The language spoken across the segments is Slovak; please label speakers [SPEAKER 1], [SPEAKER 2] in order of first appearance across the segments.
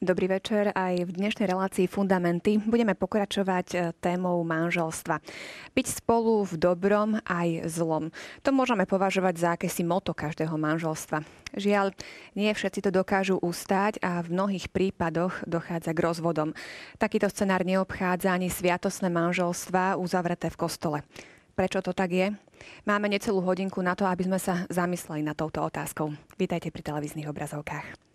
[SPEAKER 1] Dobrý večer. Aj v dnešnej relácii Fundamenty budeme pokračovať témou manželstva. Byť spolu v dobrom aj zlom. To môžeme považovať za akési motto každého manželstva. Žiaľ, nie všetci to dokážu ustáť a v mnohých prípadoch dochádza k rozvodom. Takýto scenár neobchádza ani sviatostné manželstvá uzavreté v kostole. Prečo to tak je? Máme necelú hodinku na to, aby sme sa zamysleli nad touto otázkou. Vítajte pri televíznych obrazovkách.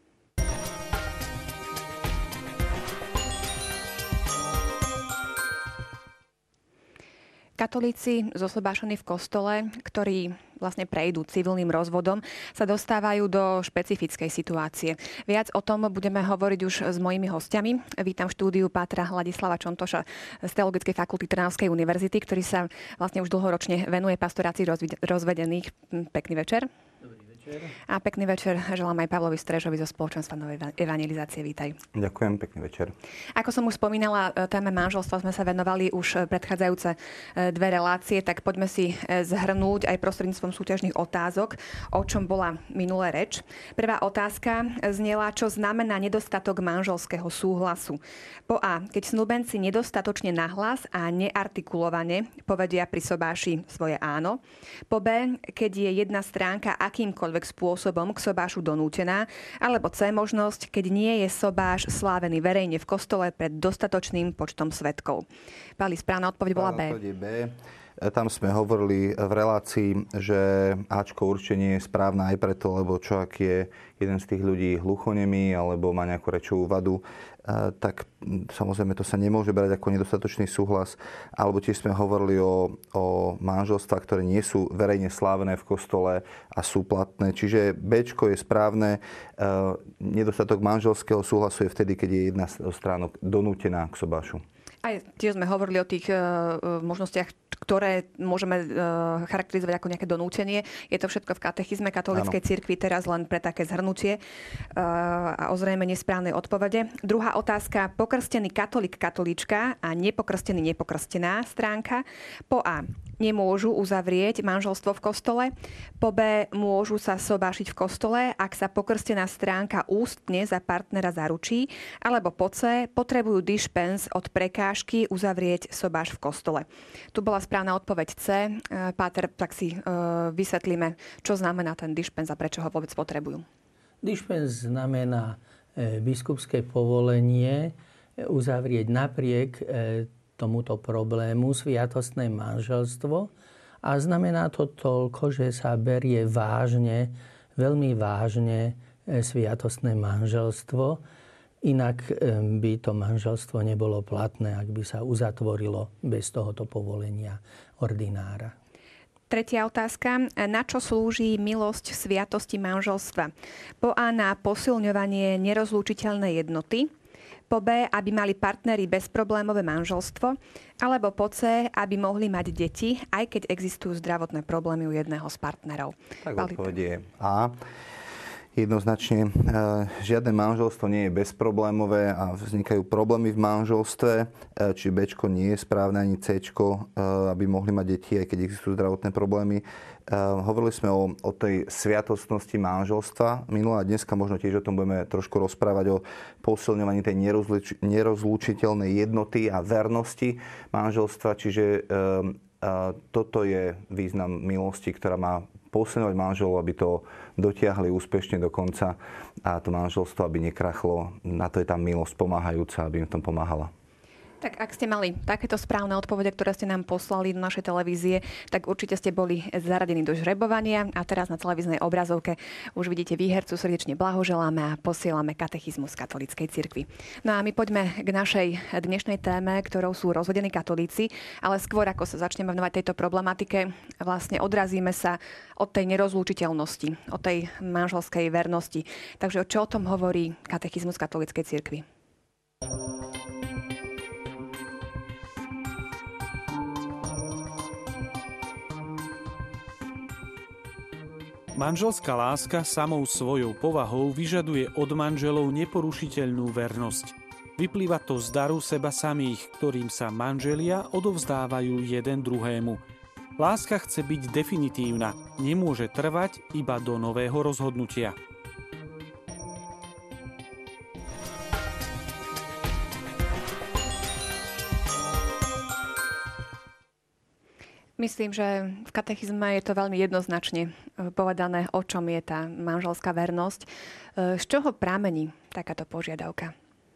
[SPEAKER 1] Katolíci zosobášení v kostole, ktorí vlastne prejdú civilným rozvodom, sa dostávajú do špecifickej situácie. Viac o tom budeme hovoriť už s mojimi hostiami. Vítam v štúdiu pátra Ladislava Čontoša z Teologickej fakulty Trnavskej univerzity, ktorý sa vlastne už dlhoročne venuje pastorácii rozvedených. Pekný večer. A pekný večer želám aj Pavlovi Strežovi zo Spoločenstva novej evangelizácie. Vítaj.
[SPEAKER 2] Ďakujem, pekný večer.
[SPEAKER 1] Ako som už spomínala, téme manželstva sme sa venovali už predchádzajúce dve relácie, tak poďme si zhrnúť aj prostredníctvom súťažných otázok, o čom bola minulé reč. Prvá otázka znela, čo znamená nedostatok manželského súhlasu. Po A, keď snúbenci nedostatočne nahlas a neartikulovane povedia pri sobáši svoje áno. Po B, keď je jedna stránka akýmkoľvek spôsobom k sobášu donútená, alebo C možnosť, keď nie je sobáš slávený verejne v kostole pred dostatočným počtom svedkov. Pali, správna odpoveď bola B.
[SPEAKER 2] Tam sme hovorili v relácii, že Ačko určite nie je správna aj preto, lebo čo ak je jeden z tých ľudí hluchonemý alebo má nejakú rečovú vadu, tak samozrejme to sa nemôže brať ako nedostatočný súhlas. Alebo tiež sme hovorili o manželstvách, ktoré nie sú verejne slávené v kostole a sú platné. Čiže Bčko je správne. Nedostatok manželského súhlasu je vtedy, keď je jedna z stránok donútená k sobášu.
[SPEAKER 1] Aj tiež sme hovorili o tých možnostiach, ktoré môžeme charakterizovať ako nejaké donútenie. Je to všetko v katechizme katolíckej cirkvi, teraz len pre také zhrnutie a ozrejmenie správnej odpovede. Druhá otázka, pokrstený katolík, katolíčka a nepokrstený, nepokrstená stránka. Po A, nemôžu uzavrieť manželstvo v kostole. Po B, môžu sa sobášiť v kostole, ak sa pokrstená stránka ústne za partnera zaručí. Alebo po C, potrebujú dišpens od prekážky uzavrieť sobáš v kostole. Tu bola správna odpoveď C. Páter, tak si vysvetlíme, čo znamená ten dišpens a prečo ho vôbec potrebujú.
[SPEAKER 3] Dišpens znamená biskupské povolenie uzavrieť napriek tomuto problému sviatostné manželstvo a znamená to toľko, že sa berie vážne, veľmi vážne sviatostné manželstvo. Inak by to manželstvo nebolo platné, ak by sa uzatvorilo bez tohoto povolenia ordinára.
[SPEAKER 1] Tretia otázka. Na čo slúži milosť sviatosti manželstva? Po A, na posilňovanie nerozlúčiteľnej jednoty. Po B, aby mali partneri bezproblémové manželstvo. Alebo po C, aby mohli mať deti, aj keď existujú zdravotné problémy u jedného z partnerov.
[SPEAKER 2] Tak odpoveď je A. Jednoznačne žiadne manželstvo nie je bezproblémové a vznikajú problémy v manželstve, či Bčko nie je správne ani Cčko, aby mohli mať deti, aj keď existujú zdravotné problémy. Hovorili sme o tej sviatostnosti manželstva minulá a dneska možno tiež o tom budeme trošku rozprávať o posilňovaní tej nerozlúčiteľnej jednoty a vernosti manželstva, čiže toto je význam milosti, ktorá má posilňovať manželov, aby to dotiahli úspešne do konca a to manželstvo, aby nekrachlo. Na to je tá milosť pomáhajúca, aby im v tom pomáhala.
[SPEAKER 1] Tak ak ste mali takéto správne odpovede, ktoré ste nám poslali do našej televízie, tak určite ste boli zaradení do žrebovania a teraz na televíznej obrazovke už vidíte výhercu, srdečne blahoželáme a posielame katechizmus katolíckej cirkvi. No a my poďme k našej dnešnej téme, ktorou sú rozvedení katolíci, ale skôr ako sa začneme venovať tejto problematike, vlastne odrazíme sa od tej nerozlúčiteľnosti, od tej manželskej vernosti. Takže čo o tom hovorí katechizmus katolíckej cirkvi?
[SPEAKER 4] Manželská láska samou svojou povahou vyžaduje od manželov neporušiteľnú vernosť. Vyplýva to z daru seba samých, ktorým sa manželia odovzdávajú jeden druhému. Láska chce byť definitívna, nemôže trvať iba do nového rozhodnutia.
[SPEAKER 1] Myslím, že v katechizme je to veľmi jednoznačne povedané, o čom je tá manželská vernosť. Z čoho pramení takáto požiadavka?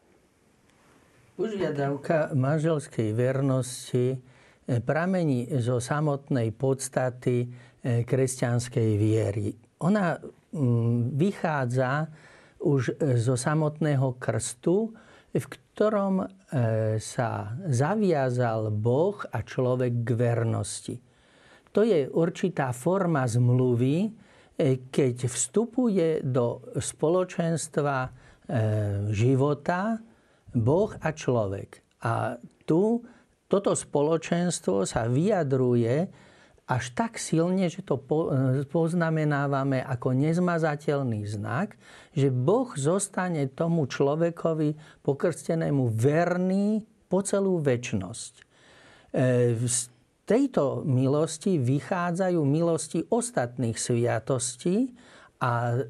[SPEAKER 3] Požiadavka manželskej vernosti pramení zo samotnej podstaty kresťanskej viery. Ona vychádza už zo samotného krstu, v ktorom sa zaviazal Boh a človek k vernosti. To je určitá forma zmluvy, keď vstupuje do spoločenstva života Boh a človek. A toto spoločenstvo sa vyjadruje až tak silne, že to poznamenávame ako nezmazateľný znak, že Boh zostane tomu človekovi pokrstenému verný po celú večnosť. Z tejto milosti vychádzajú milosti ostatných sviatostí a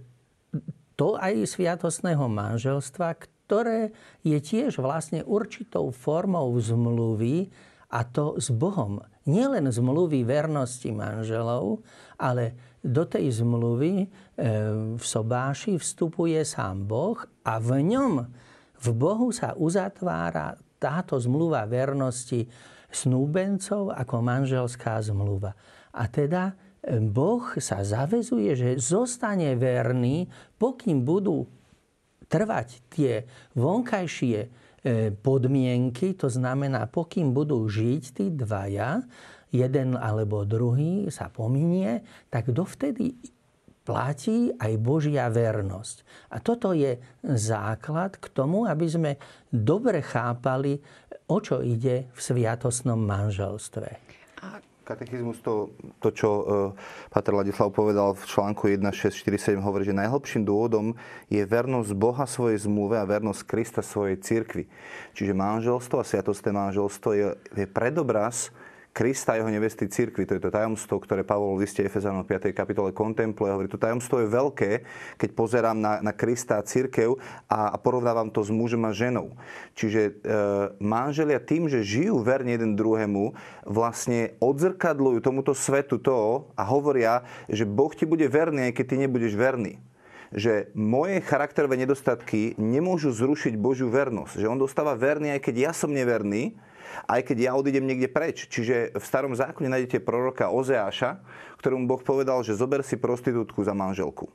[SPEAKER 3] to aj sviatostného manželstva, ktoré je tiež vlastne určitou formou zmluvy, a to s Bohom. Nielen zmluvy vernosti manželov, ale do tej zmluvy v sobáši vstupuje sám Boh a v ňom, v Bohu sa uzatvára táto zmluva vernosti snúbencov ako manželská zmluva. A teda Boh sa zaväzuje, že zostane verný, pokým budú trvať tie vonkajšie podmienky, to znamená, pokým budú žiť tí dvaja, jeden alebo druhý sa pominie, tak dovtedy platí aj Božia vernosť. A toto je základ k tomu, aby sme dobre chápali, o čo ide v sviatostnom manželstve.
[SPEAKER 2] Katechizmus, to čo páter Ladislav povedal v článku 1.6.4.7, hovorí, že najhlbším dôvodom je vernosť Boha svojej zmluve a vernosť Krista svojej cirkvi. Čiže manželstvo a sviatostné manželstvo je predobraz Krista a jeho nevesty cirkvi. To je to tajomstvo, ktoré Pavol v liste Efezanom 5. kapitole kontempluje. Hovorí, to tajomstvo je veľké, keď pozerám na Krista a cirkev a porovnávam to s mužom a ženou. Čiže manželia tým, že žijú verne jeden druhému, vlastne odzrkadľujú tomuto svetu to a hovoria, že Boh ti bude verný, aj keď ty nebudeš verný. Že moje charakterové nedostatky nemôžu zrušiť Božiu vernosť. Že on dostáva verný, aj keď ja som neverný, aj keď ja odídem niekde preč. Čiže v Starom zákone nájdete proroka Ozeáša, ktorému Boh povedal, že zober si prostitútku za manželku.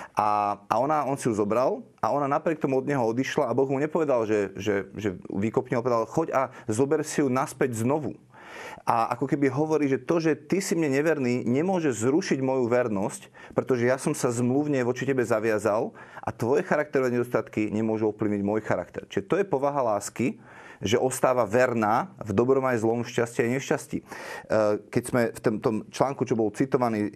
[SPEAKER 2] A on si ju zobral a ona napriek tomu od neho odišla a Boh mu nepovedal, že vykopne, povedal, choď a zober si ju naspäť znovu. A ako keby hovorí, že to, že ty si mne neverný, nemôže zrušiť moju vernosť, pretože ja som sa zmluvne voči tebe zaviazal a tvoje charakterové nedostatky nemôžu ovplyvniť môj charakter. Čiže to je povaha lásky, že ostáva verná v dobrom aj zlom, v šťastí aj nešťastí. Keď sme v tom článku, čo bol citovaný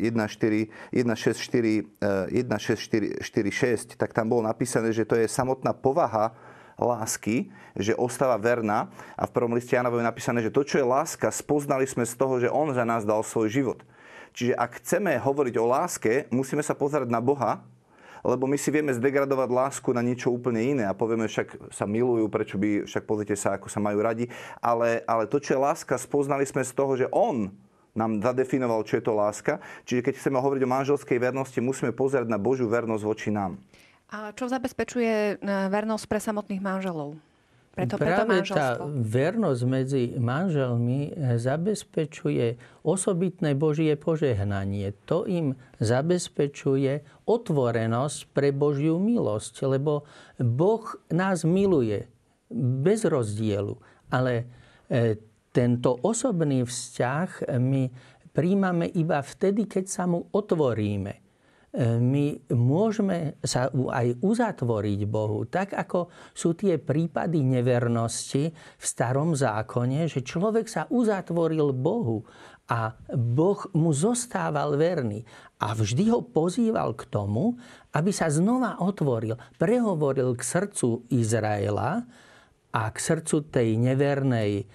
[SPEAKER 2] 1.6.4.6, tak tam bolo napísané, že to je samotná povaha lásky, že ostáva verná. A v prvom liste Jánovom je napísané, že to, čo je láska, spoznali sme z toho, že on za nás dal svoj život. Čiže ak chceme hovoriť o láske, musíme sa pozerať na Boha, lebo my si vieme zdegradovať lásku na niečo úplne iné a povieme, však sa milujú, prečo by, však pozrite sa, ako sa majú radi. Ale to, čo je láska, spoznali sme z toho, že on nám zadefinoval, čo je to láska. Čiže keď chceme hovoriť o manželskej vernosti, musíme pozerať na Božiu vernosť voči nám.
[SPEAKER 1] A čo zabezpečuje vernosť pre samotných manželov?
[SPEAKER 3] Práve tá vernosť medzi manželmi zabezpečuje osobitné Božie požehnanie. To im zabezpečuje otvorenosť pre Božiu milosť, lebo Boh nás miluje bez rozdielu. Ale tento osobný vzťah my príjmame iba vtedy, keď sa mu otvoríme. My môžeme sa aj uzatvoriť Bohu, tak ako sú tie prípady nevernosti v Starom zákone, že človek sa uzatvoril Bohu a Boh mu zostával verný. A vždy ho pozýval k tomu, aby sa znova otvoril, prehovoril k srdcu Izraela a k srdcu tej nevernej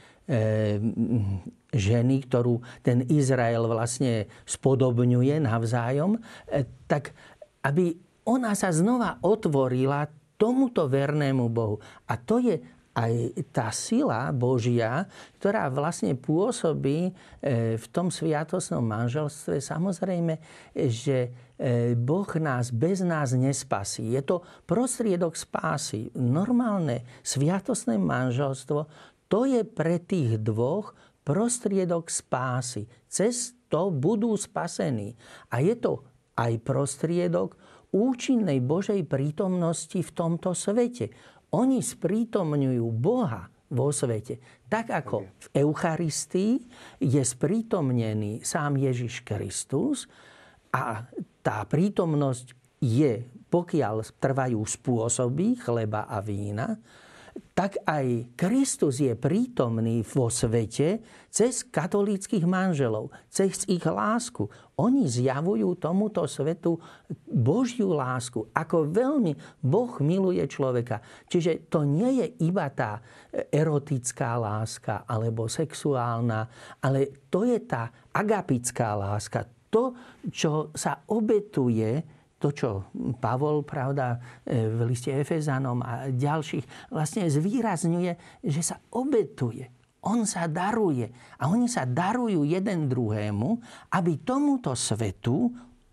[SPEAKER 3] ženy, ktorú ten Izrael vlastne spodobňuje navzájom, tak aby ona sa znova otvorila tomuto vernému Bohu. A to je aj tá sila Božia, ktorá vlastne pôsobí v tom sviatostnom manželstve, samozrejme, že Boh nás bez nás nespasí. Je to prostriedok spásy. Normálne sviatostné manželstvo, to je pre tých dvoch prostriedok spásy. Cez to budú spasení. A je to aj prostriedok účinnej Božej prítomnosti v tomto svete. Oni sprítomňujú Boha vo svete. Tak ako v Eucharistii je sprítomnený sám Ježiš Kristus a tá prítomnosť je, pokiaľ trvajú spôsoby chleba a vína, tak aj Kristus je prítomný vo svete cez katolíckych manželov, cez ich lásku. Oni zjavujú tomuto svetu Božiu lásku, ako veľmi Boh miluje človeka. Čiže to nie je iba tá erotická láska alebo sexuálna, ale to je tá agapická láska. To, čo sa obetuje, to, čo Pavol, pravda, v liste Efezanom a ďalších vlastne zvýrazňuje, že sa obetuje. On sa daruje. A oni sa darujú jeden druhému, aby tomuto svetu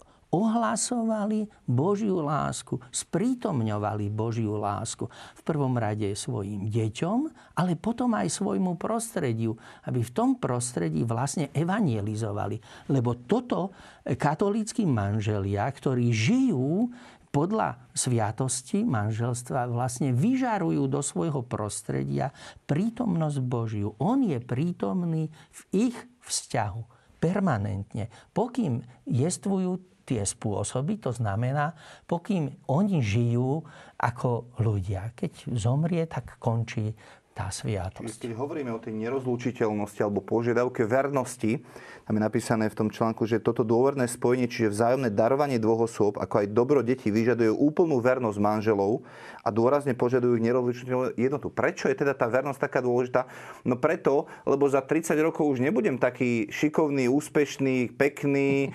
[SPEAKER 3] ohlasovali Božiu lásku, sprítomňovali Božiu lásku. V prvom rade svojim deťom, ale potom aj svojmu prostrediu, aby v tom prostredí vlastne evangelizovali. Lebo toto katolícki manželia, ktorí žijú podľa sviatosti manželstva, vlastne vyžarujú do svojho prostredia prítomnosť Božiu. On je prítomný v ich vzťahu permanentne. Pokým jestvujú tie spôsoby, to znamená, pokým oni žijú ako ľudia. Keď zomrie, tak končí tá sviatosť.
[SPEAKER 2] Keď hovoríme o tej nerozlúčiteľnosti alebo požiadavke vernosti, tam je napísané v tom článku, že toto dôverné spojenie, čiže vzájomné darovanie dvoch osôb, ako aj dobro detí, vyžaduje úplnú vernosť manželov a dôrazne požadujú ich nerozlúčiteľnú jednotu. Prečo je teda tá vernosť taká dôležitá? No preto, lebo za 30 rokov už nebudem taký šikovný, úspešný, pekný,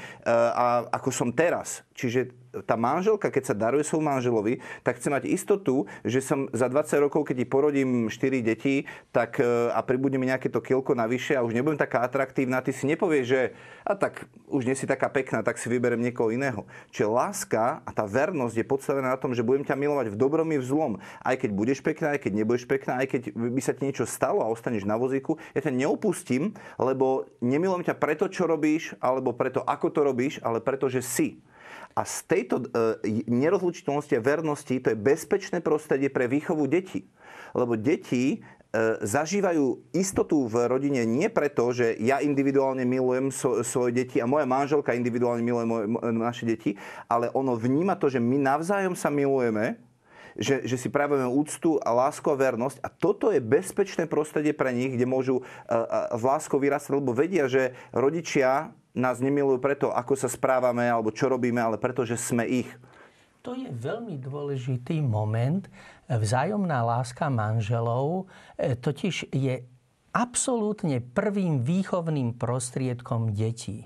[SPEAKER 2] ako som teraz. Čiže tá manželka, keď sa daruje svojmu manželovi, tak chce mať istotu, že som za 20 rokov, keď porodím 4 deti, tak a pribudne mi nejaké to kilko navyše a už nebudem taká atraktívna, ty si nepovieš, že a tak už nie si taká pekná, tak si vyberem niekoho iného. Čiže láska a tá vernosť je podstavená na tom, že budem ťa milovať v dobrom i v zlom. Aj keď budeš pekná, aj keď nebudeš pekná, aj keď by sa ti niečo stalo a ostaneš na vozíku, ja ťa neopustím, lebo nemilujem ťa preto, čo robíš, alebo preto, ako to robíš, ale preto, že si. A z tejto nerozlučiteľnosti a vernosti to je bezpečné prostredie pre výchovu detí. Lebo deti zažívajú istotu v rodine nie preto, že ja individuálne milujem svoje deti a moja manželka individuálne miluje naše deti, ale ono vníma to, že my navzájom sa milujeme, že si prejavujeme úctu a lásku a vernosť. A toto je bezpečné prostredie pre nich, kde môžu s láskou vyrastať, lebo vedia, že rodičia nás nemilujú preto, ako sa správame alebo čo robíme, ale preto, že sme ich.
[SPEAKER 3] To je veľmi dôležitý moment. Vzájomná láska manželov totiž je absolútne prvým výchovným prostriedkom detí.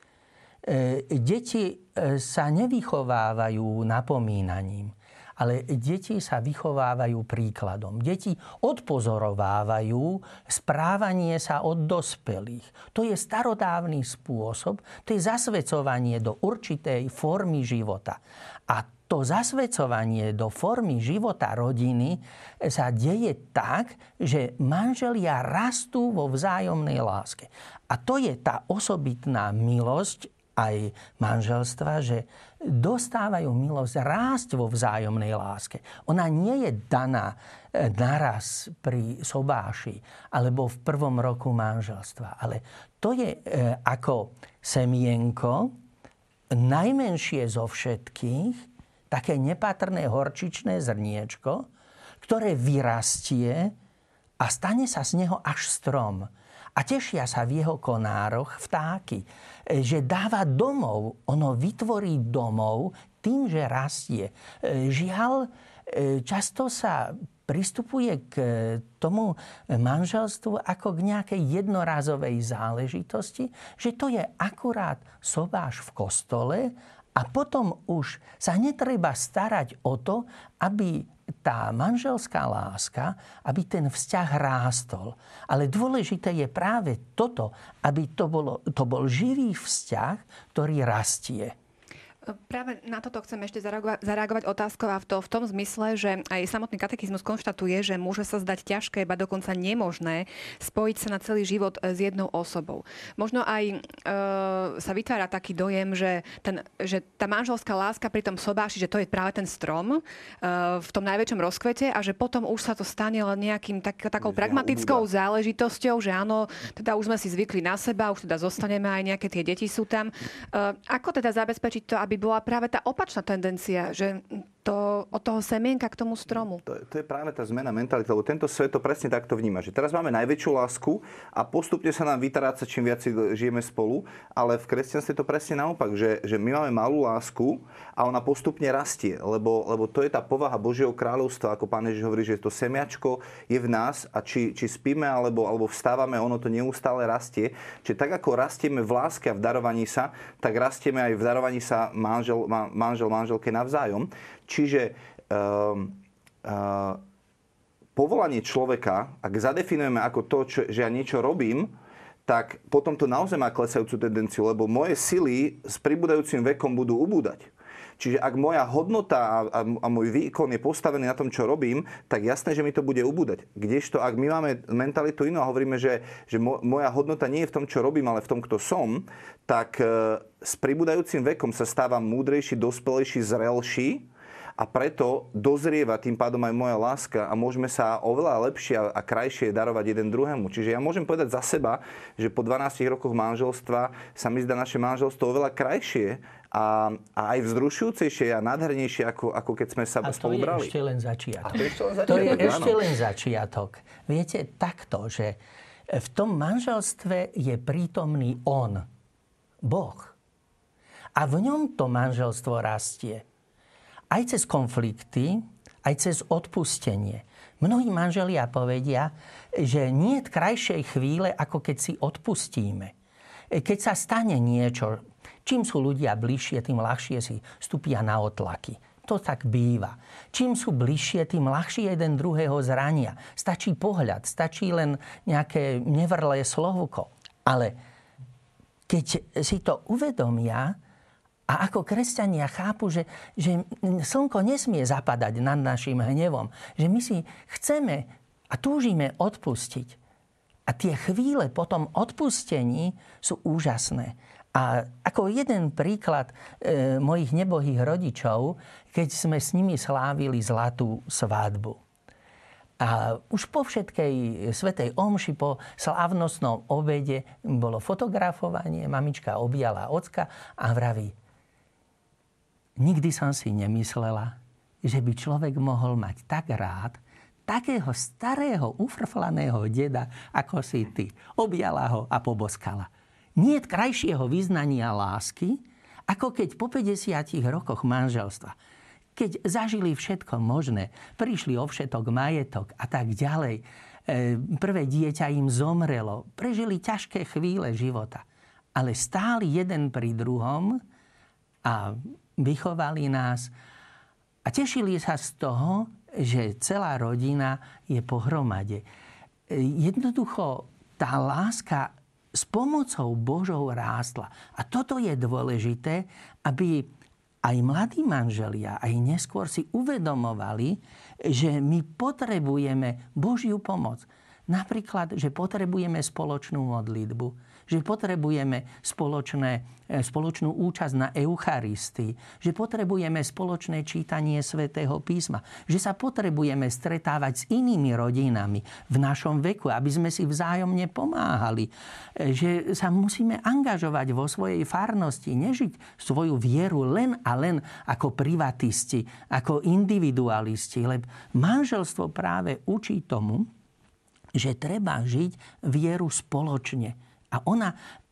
[SPEAKER 3] Deti sa nevychovávajú napomínaním, ale deti sa vychovávajú príkladom. Deti odpozorovávajú správanie sa od dospelých. To je starodávny spôsob, to je zasvedcovanie do určitej formy života. A to zasvedcovanie do formy života rodiny sa deje tak, že manželia rastú vo vzájomnej láske. A to je tá osobitná milosť aj manželstva, že dostávajú milosť rásť vo vzájomnej láske. Ona nie je daná naraz pri sobáši alebo v prvom roku manželstva, ale to je ako semienko, najmenšie zo všetkých, také nepatrné horčičné zrniečko, ktoré vyrastie a stane sa z neho až strom. A tešia sa v jeho konároch vtáky, že dáva domov, ono vytvorí domov tým, že rastie. Žiaľ, často sa pristupuje k tomu manželstvu ako k nejakej jednorazovej záležitosti, že to je akurát sobáš v kostole A potom už sa netreba starať o to, aby tá manželská láska, aby ten vzťah rástol. Ale dôležité je práve toto, aby to bol živý vzťah, ktorý rastie.
[SPEAKER 1] Práve na toto chcem ešte zareagovať otázkou a v tom zmysle, že aj samotný katechizmus konštatuje, že môže sa zdať ťažké, ba dokonca nemožné spojiť sa na celý život s jednou osobou. Možno aj sa vytvára taký dojem, že tá manželská láska pri tom sobáši, že to je práve ten strom v tom najväčšom rozkvete a že potom už sa to stane len nejakým takou pragmatickou záležitosťou, že áno, teda už sme si zvykli na seba, už teda zostaneme, aj nejaké tie deti sú tam. Ako teda zabezpečiť to, aby bola práve tá opačná tendencia, že od toho semienka k tomu stromu.
[SPEAKER 2] To je práve tá zmena mentality, lebo tento svet to presne takto vníma. Že teraz máme najväčšiu lásku a postupne sa nám vytráca, čím viac žijeme spolu, ale v kresťanstve je to presne naopak, že my máme malú lásku a ona postupne rastie, lebo to je tá povaha Božieho kráľovstva, ako Pán Ježiš hovorí, že to semiačko je v nás a či spíme alebo vstávame, ono to neustále rastie. Čiže tak ako rastieme v láske a v darovaní sa, tak rastieme aj v darovaní sa manželke navzájom. Čiže povolanie človeka, ak zadefinujeme ako to, že ja niečo robím, tak potom to naozaj má klesajúcu tendenciu, lebo moje sily s pribúdajúcim vekom budú ubúdať. Čiže ak moja hodnota a môj výkon je postavený na tom, čo robím, tak jasné, že mi to bude ubúdať. Kdežto, ak my máme mentalitu inú a hovoríme, že moja hodnota nie je v tom, čo robím, ale v tom, kto som, tak s pribúdajúcim vekom sa stávam múdrejší, dospelejší, zrelší a preto dozrieva tým pádom aj moja láska a môžeme sa oveľa lepšie a krajšie darovať jeden druhému. Čiže ja môžem povedať za seba, že po 12 rokoch manželstva sa mi zdá naše manželstvo oveľa krajšie a aj vzrušujúcejšie a nádhernejšie, ako keď sme sa spolu brali.
[SPEAKER 3] A to je ešte len začiatok. To je ešte len začiatok. Viete, takto, že v tom manželstve je prítomný on, Boh. A v ňom to manželstvo rastie. Aj cez konflikty, aj cez odpustenie. Mnohí manželia povedia, že nie je krajšej chvíle, ako keď si odpustíme. Keď sa stane niečo, čím sú ľudia bližšie, tým ľahšie si stúpia na otlaky. To tak býva. Čím sú bližšie, tým ľahšie jeden druhého zrania. Stačí pohľad, stačí len nejaké nevrlé slovko. Ale keď si to uvedomia a ako kresťania chápu, že slnko nesmie zapadať nad našim hnevom, že my si chceme a túžime odpustiť. A tie chvíle po tom odpustení sú úžasné. A ako jeden príklad mojich nebohých rodičov, keď sme s nimi slávili zlatú svadbu. A už po všetkej svätej omši, po slávnostnom obede bolo fotografovanie, mamička objala ocka a vraví: nikdy som si nemyslela, že by človek mohol mať tak rád takého starého, ufrflaného deda, ako si ty. Objala ho a poboskala. Nie je krajšieho vyznania lásky, ako keď po 50 rokoch manželstva, keď zažili všetko možné, prišli o všetok majetok a tak ďalej, prvé dieťa im zomrelo, prežili ťažké chvíle života, ale stáli jeden pri druhom a vychovali nás a tešili sa z toho, že celá rodina je pohromade. Jednoducho tá láska s pomocou Božou rástla. A toto je dôležité, aby aj mladí manželia, aj neskôr si uvedomovali, že my potrebujeme Božiu pomoc. Napríklad, že potrebujeme spoločnú modlitbu, že potrebujeme spoločnú účasť na Eucharistii, že potrebujeme spoločné čítanie Svätého písma, že sa potrebujeme stretávať s inými rodinami v našom veku, aby sme si vzájomne pomáhali, že sa musíme angažovať vo svojej farnosti, nežiť svoju vieru len a len ako privatisti, ako individualisti, lebo manželstvo práve učí tomu, že treba žiť vieru spoločne. A ona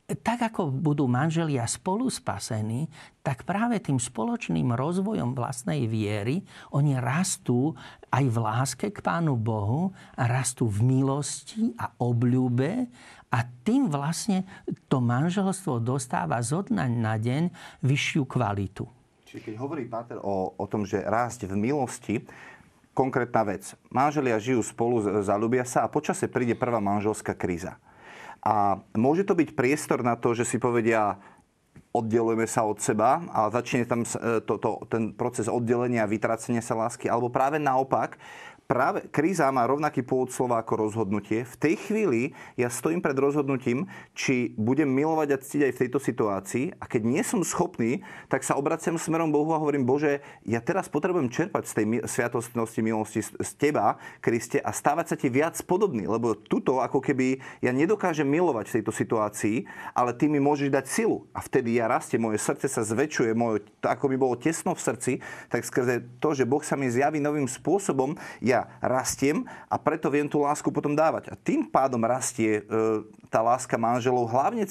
[SPEAKER 3] tak ako budú manželia spolu spasení, tak práve tým spoločným rozvojom vlastnej viery oni rastú aj v láske k Pánu Bohu a rastú v milosti a obľúbe a tým vlastne to manželstvo dostáva zo dňa na deň vyššiu kvalitu.
[SPEAKER 2] Čiže keď hovorí páter o tom, že rásť v milosti, konkrétna vec. Manželia žijú spolu, zaľúbia sa a počase príde prvá manželská kríza. A môže to byť priestor na to, že si povedia, oddelujeme sa od seba a začne tam ten proces oddelenia a vytracenia sa lásky. Alebo práve naopak, práve kríza má rovnaký pôvod slova ako rozhodnutie. V tej chvíli ja stojím pred rozhodnutím, či budem milovať a ctiť aj v tejto situácii. A keď nie som schopný, tak sa obraciam smerom Bohu a hovorím, Bože, ja teraz potrebujem čerpať z tej sviatostnosti milosti z Teba, Kriste, a stávať sa Ti viac podobný. Lebo tuto, ako keby ja nedokážem milovať v tejto situácii, ale Ty mi môžeš dať silu. A vtedy ja rastiem, moje srdce sa zväčšuje, ako by bolo tesno v srdci, tak skrze to, že Boh sa mi zjaví novým spôsobom, ja rastiem a preto viem tú lásku potom dávať. A tým pádom rastie tá láska manželov, hlavne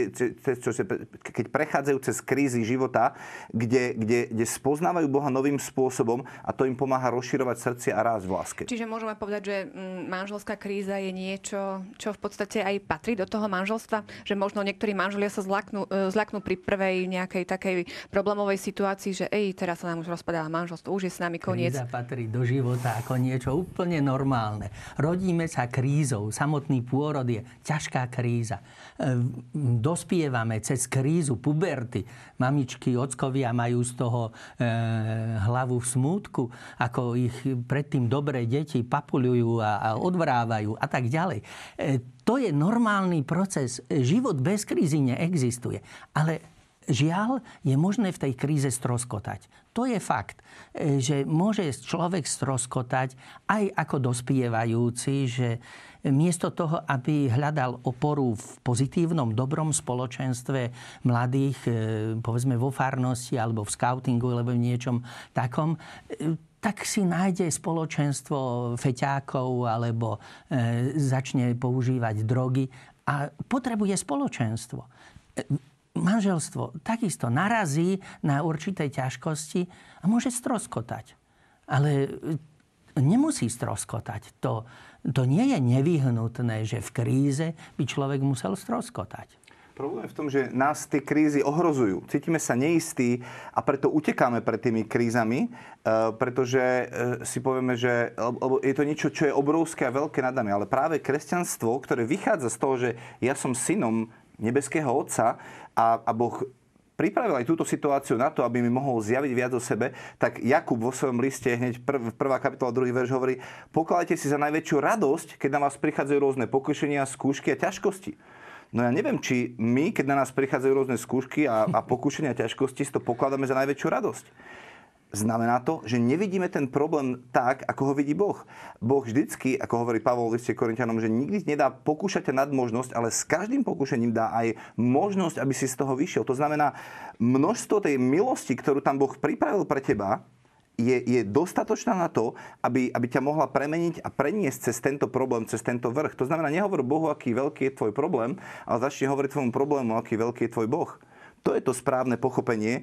[SPEAKER 2] keď prechádzajú cez krízy života, kde spoznávajú Boha novým spôsobom a to im pomáha rozširovať srdcie a rásť v láske.
[SPEAKER 1] Čiže môžeme povedať, že manželská kríza je niečo, čo v podstate aj patrí do toho manželstva? Že možno niektorí manželia sa zľaknú pri prvej nejakej takej problémovej situácii, že teraz sa nám už rozpadá manželstvo, už je s nami koniec.
[SPEAKER 3] Kríza patrí do života ako niečo úplne normálne. Rodíme sa krízou. Samotný pôrod je ťažká kríza. Dospievame cez krízu puberty. Mamičky, ockovia majú z toho hlavu v smútku, ako ich predtým dobré deti papuľujú a odvrávajú a tak ďalej. To je normálny proces. Život bez krízy neexistuje. Ale žiaľ, je možné v tej kríze stroskotať. To je fakt, že môže človek stroskotať aj ako dospievajúci, že miesto toho, aby hľadal oporu v pozitívnom, dobrom spoločenstve mladých, povedzme vo farnosti alebo v skautingu alebo v niečom takom, tak si nájde spoločenstvo feťákov alebo začne používať drogy a potrebuje spoločenstvo. Manželstvo takisto narazí na určité ťažkosti a môže stroskotať. Ale nemusí stroskotať. To nie je nevyhnutné, že v kríze by človek musel stroskotať.
[SPEAKER 2] Problém je v tom, že nás tie krízy ohrozujú. Cítime sa neistí a preto utekáme pred tými krízami, pretože si povieme, že je to niečo, čo je obrovské a veľké nad nami. Ale práve kresťanstvo, ktoré vychádza z toho, že ja som synom nebeského Otca a Boh pripravil aj túto situáciu na to, aby mi mohol zjaviť viac o sebe, tak Jakub vo svojom liste hneď 1. kapitola 2. verš hovorí: pokladajte si za najväčšiu radosť, keď na vás prichádzajú rôzne pokušenia, skúšky a ťažkosti. No ja neviem, či my, keď na nás prichádzajú rôzne skúšky a pokušenia a ťažkosti, to pokladáme za najväčšiu radosť. Znamená to, že nevidíme ten problém tak, ako ho vidí Boh. Boh vždycky, ako hovorí Pavol v liste Korinťanom, že nikdy nedá pokúšať ťa nad možnosť, ale s každým pokúšením dá aj možnosť, aby si z toho vyšiel. To znamená, množstvo tej milosti, ktorú tam Boh pripravil pre teba, je dostatočná na to, aby ťa mohla premeniť a preniesť cez tento problém, cez tento vrch. To znamená, nehovor Bohu, aký veľký je tvoj problém, ale začni hovoriť tvojmu problému, aký veľký je tvoj Boh. To je to správne pochopenie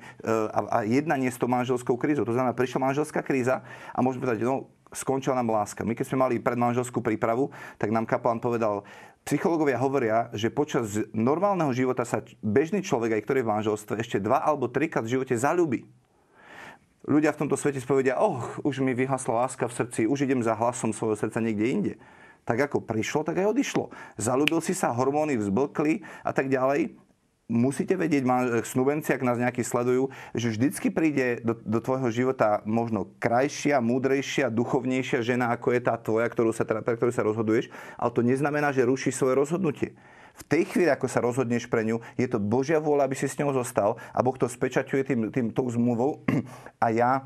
[SPEAKER 2] a jednanie s tou manželskou krízou. To znamená, prišla manželská kríza a môžeme povedať, skončila nám láska. My keď sme mali predmanželskú prípravu, tak nám kapelán povedal, psychológovia hovoria, že počas normálneho života sa bežný človek, aj ktorý je v manželstve, ešte 2 alebo 3 krát v živote zaľúbi. Ľudia v tomto svete spovedia, už mi vyhasla láska v srdci, už idem za hlasom svojho srdca niekde inde. Tak ako prišlo, tak aj odišlo. Zaľúbil si sa, hormóny vzblkli a tak ďalej. Musíte vedieť, snúbenci, ak nás nejakí sledujú, že vždycky príde do tvojho života možno krajšia, múdrejšia, duchovnejšia žena, ako je tá tvoja, pre ktorú sa rozhoduješ, ale to neznamená, že ruší svoje rozhodnutie. V tej chvíli, ako sa rozhodneš pre ňu, je to Božia vôľa, aby si s ňou zostal a Boh to spečaťuje tou zmluvou a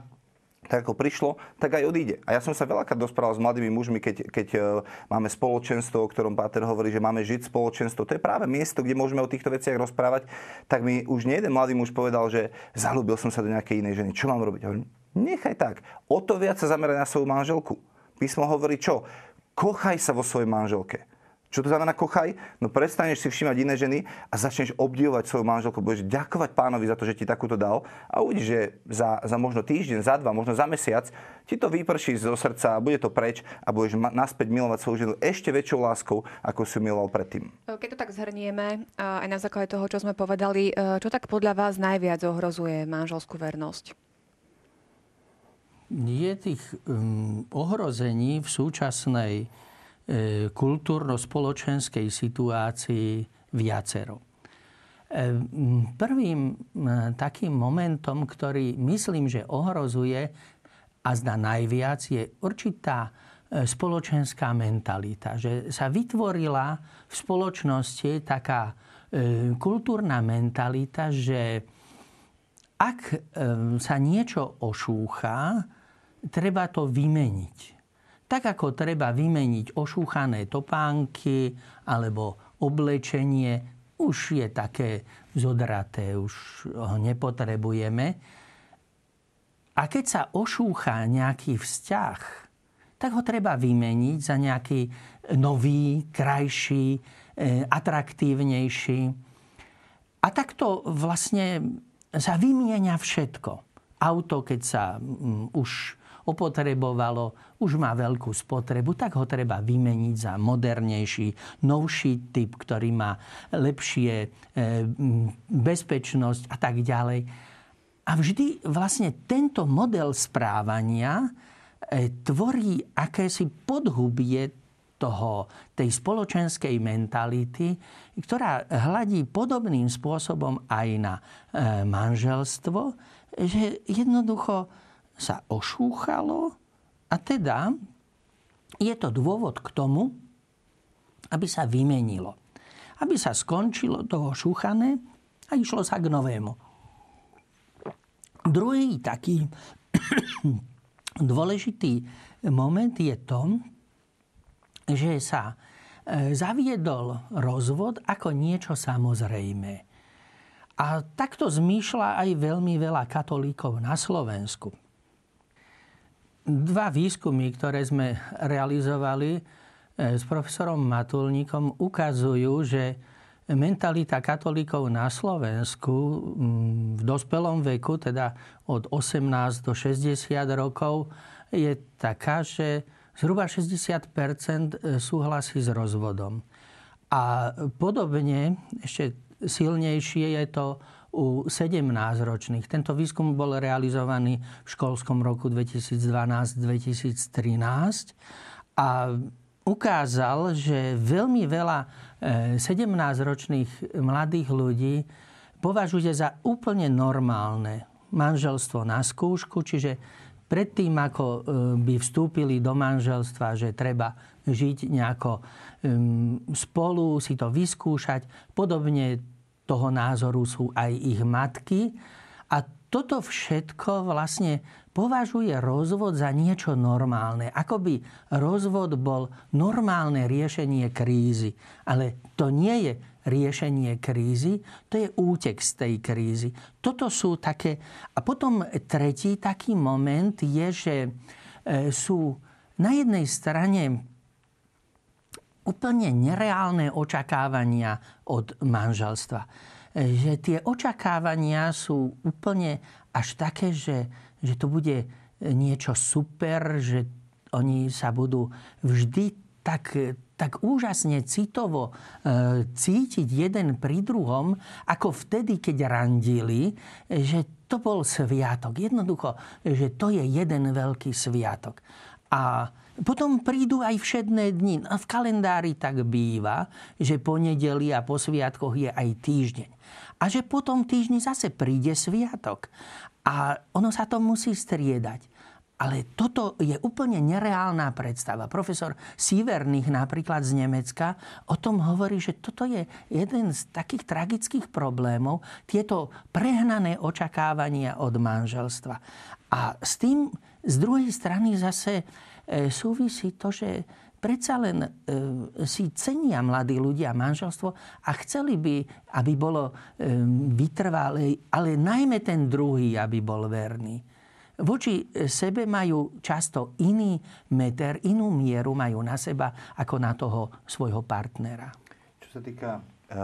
[SPEAKER 2] tak ako prišlo, tak aj odíde. A ja som sa veľakrát rozprával s mladými mužmi, keď máme spoločenstvo, o ktorom páter hovorí, že máme žiť spoločenstvo. To je práve miesto, kde môžeme o týchto veciach rozprávať. Tak mi už nie jeden mladý muž povedal, že zaľúbil som sa do nejakej inej ženy. Čo mám robiť? Hovorím, nechaj tak. O to viac sa zameraj na svoju manželku. Písmo hovorí čo? Kochaj sa vo svojej manželke. Čo to znamená kochaj? No prestaneš si všímať iné ženy a začneš obdivovať svoju manželku. Budeš ďakovať Pánovi za to, že ti takúto dal a uvidíš, že za možno týždeň, za 2, možno za mesiac ti to vyprší zo srdca a bude to preč a budeš naspäť milovať svoju ženu ešte väčšou láskou, ako si ju miloval predtým.
[SPEAKER 1] Keď to tak zhrnieme, aj na základe toho, čo sme povedali, čo tak podľa vás najviac ohrozuje manželskú vernosť?
[SPEAKER 3] Je tých ohrození v súčasnej kultúrno-spoločenskej situácii viacero. Prvým takým momentom, ktorý myslím, že ohrozuje a zdá najviac, je určitá spoločenská mentalita. Že sa vytvorila v spoločnosti taká kultúrna mentalita, že ak sa niečo ošúcha, treba to vymeniť. Tak ako treba vymeniť ošúchané topánky alebo oblečenie, už je také zodraté, už ho nepotrebujeme. A keď sa ošúcha nejaký vzťah, tak ho treba vymeniť za nejaký nový, krajší, atraktívnejší. A takto vlastne sa vymieňa všetko. Auto, keď sa už opotrebovalo, už má veľkú spotrebu, tak ho treba vymeniť za modernejší, novší typ, ktorý má lepšie bezpečnosť a tak ďalej. A vždy vlastne tento model správania tvorí akési podhubie tej spoločenskej mentality, ktorá hľadí podobným spôsobom aj na manželstvo, že jednoducho sa ošúchalo a teda je to dôvod k tomu, aby sa vymenilo. Aby sa skončilo to ošúchané a išlo sa k novému. Druhý taký dôležitý moment je to, že sa zaviedol rozvod ako niečo samozrejmé. A takto zmýšľa aj veľmi veľa katolíkov na Slovensku. 2 výskumy, ktoré sme realizovali s profesorom Matulníkom, ukazujú, že mentalita katolíkov na Slovensku v dospelom veku, teda od 18 do 60 rokov, je taká, že zhruba 60% súhlasí s rozvodom. A podobne, ešte silnejšie je to u 17-ročných. Tento výskum bol realizovaný v školskom roku 2012-2013 a ukázal, že veľmi veľa 17-ročných mladých ľudí považuje za úplne normálne manželstvo na skúšku, čiže predtým, ako by vstúpili do manželstva, že treba žiť nejako spolu, si to vyskúšať. Podobne toho názoru sú aj ich matky. A toto všetko vlastne považuje rozvod za niečo normálne. Ako by rozvod bol normálne riešenie krízy. Ale to nie je riešenie krízy, to je útek z tej krízy. Toto sú také... A potom tretí taký moment je, že sú na jednej strane úplne nereálne očakávania od manželstva. Že tie očakávania sú úplne až také, že to bude niečo super, že oni sa budú vždy tak úžasne citovo cítiť jeden pri druhom, ako vtedy, keď randili, že to bol sviatok. Jednoducho, že to je jeden veľký sviatok. A potom prídu aj všedné dni. A v kalendári tak býva, že po nedeli a po sviatkoch je aj týždeň. A že po tom týždni zase príde sviatok. A ono sa to musí striedať. Ale toto je úplne nereálna predstava. Profesor Sievernich napríklad z Nemecka o tom hovorí, že toto je jeden z takých tragických problémov, tieto prehnané očakávania od manželstva. A s tým z druhej strany zase súvisí to, že predsa len si cenia mladí ľudia manželstvo a chceli by, aby bolo vytrvalé, ale najmä ten druhý, aby bol verný. voči sebe majú často iný meter, inú mieru majú na seba ako na toho svojho partnera.
[SPEAKER 2] Čo sa týka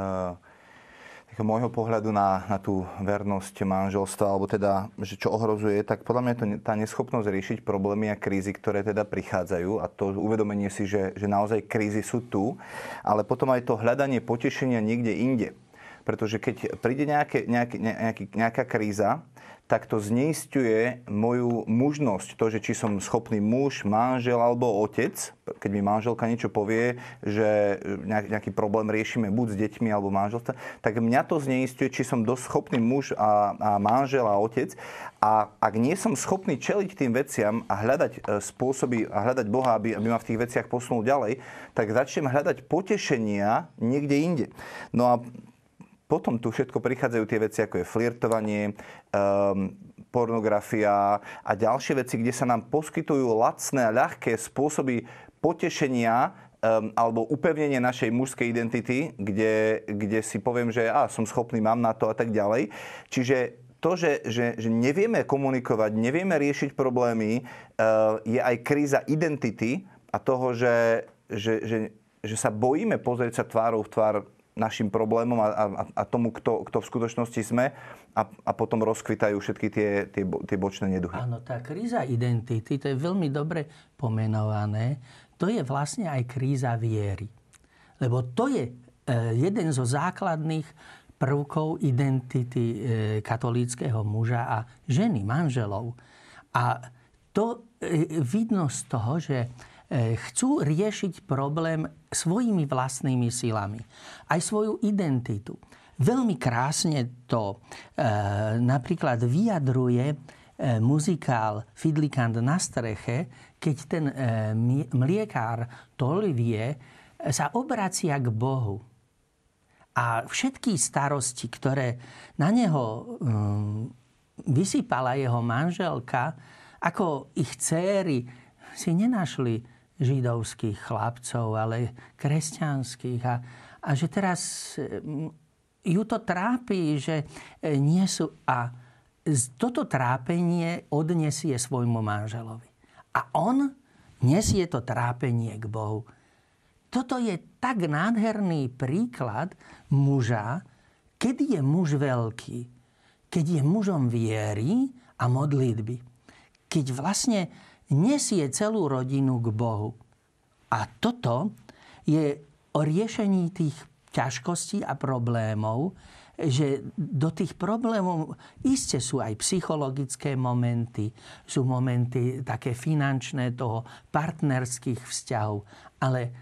[SPEAKER 2] môjho pohľadu na tú vernosť manželstva, alebo teda, že čo ohrozuje, tak podľa mňa je to tá neschopnosť riešiť problémy a krízy, ktoré teda prichádzajú, a to uvedomenie si, že naozaj krízy sú tu, ale potom aj to hľadanie potešenia niekde inde. Pretože keď príde nejaká kríza, tak to zneisťuje moju mužnosť. To, že či som schopný muž, manžel alebo otec, keď mi manželka niečo povie, že nejaký problém riešime buď s deťmi alebo manželstva, tak mňa to zneisťuje, či som dosť schopný muž a manžel a otec. A ak nie som schopný čeliť tým veciam a hľadať spôsoby a hľadať Boha, aby ma v tých veciach posunul ďalej, tak začnem hľadať potešenia niekde inde. No a potom tu všetko prichádzajú tie veci, ako je flirtovanie, pornografia a ďalšie veci, kde sa nám poskytujú lacné a ľahké spôsoby potešenia alebo upevnenie našej mužskej identity, kde si poviem, že som schopný, mám na to a tak ďalej. Čiže to, že nevieme komunikovať, nevieme riešiť problémy, je aj kríza identity a toho, že sa bojíme pozrieť sa tvárou v tvár našim problémom a tomu, kto v skutočnosti sme, a potom rozkvitajú všetky tie bočné neduhy.
[SPEAKER 3] Áno, tá kríza identity, to je veľmi dobre pomenované, to je vlastne aj kríza viery. Lebo to je jeden zo základných prvkov identity katolíckeho muža a ženy, manželov. A to vidno z toho, že chcú riešiť problém svojimi vlastnými silami. Aj svoju identitu. Veľmi krásne to napríklad vyjadruje muzikál Fidlikant na streche, keď ten mliekár Tolivier sa obracia k Bohu. A všetky starosti, ktoré na neho vysypala jeho manželka, ako ich dcéry si nenašli židovských chlapcov, ale kresťanských. A že teraz ju to trápi, že nie sú... A toto trápenie odnesie svojmu manželovi. A on nesie to trápenie k Bohu. Toto je tak nádherný príklad muža, kedy je muž veľký. Keď je mužom viery a modlitby. Keď vlastne nesie celú rodinu k Bohu. A toto je o riešení tých ťažkostí a problémov, že do tých problémov iste sú aj psychologické momenty, sú momenty také finančné toho partnerských vzťahov, ale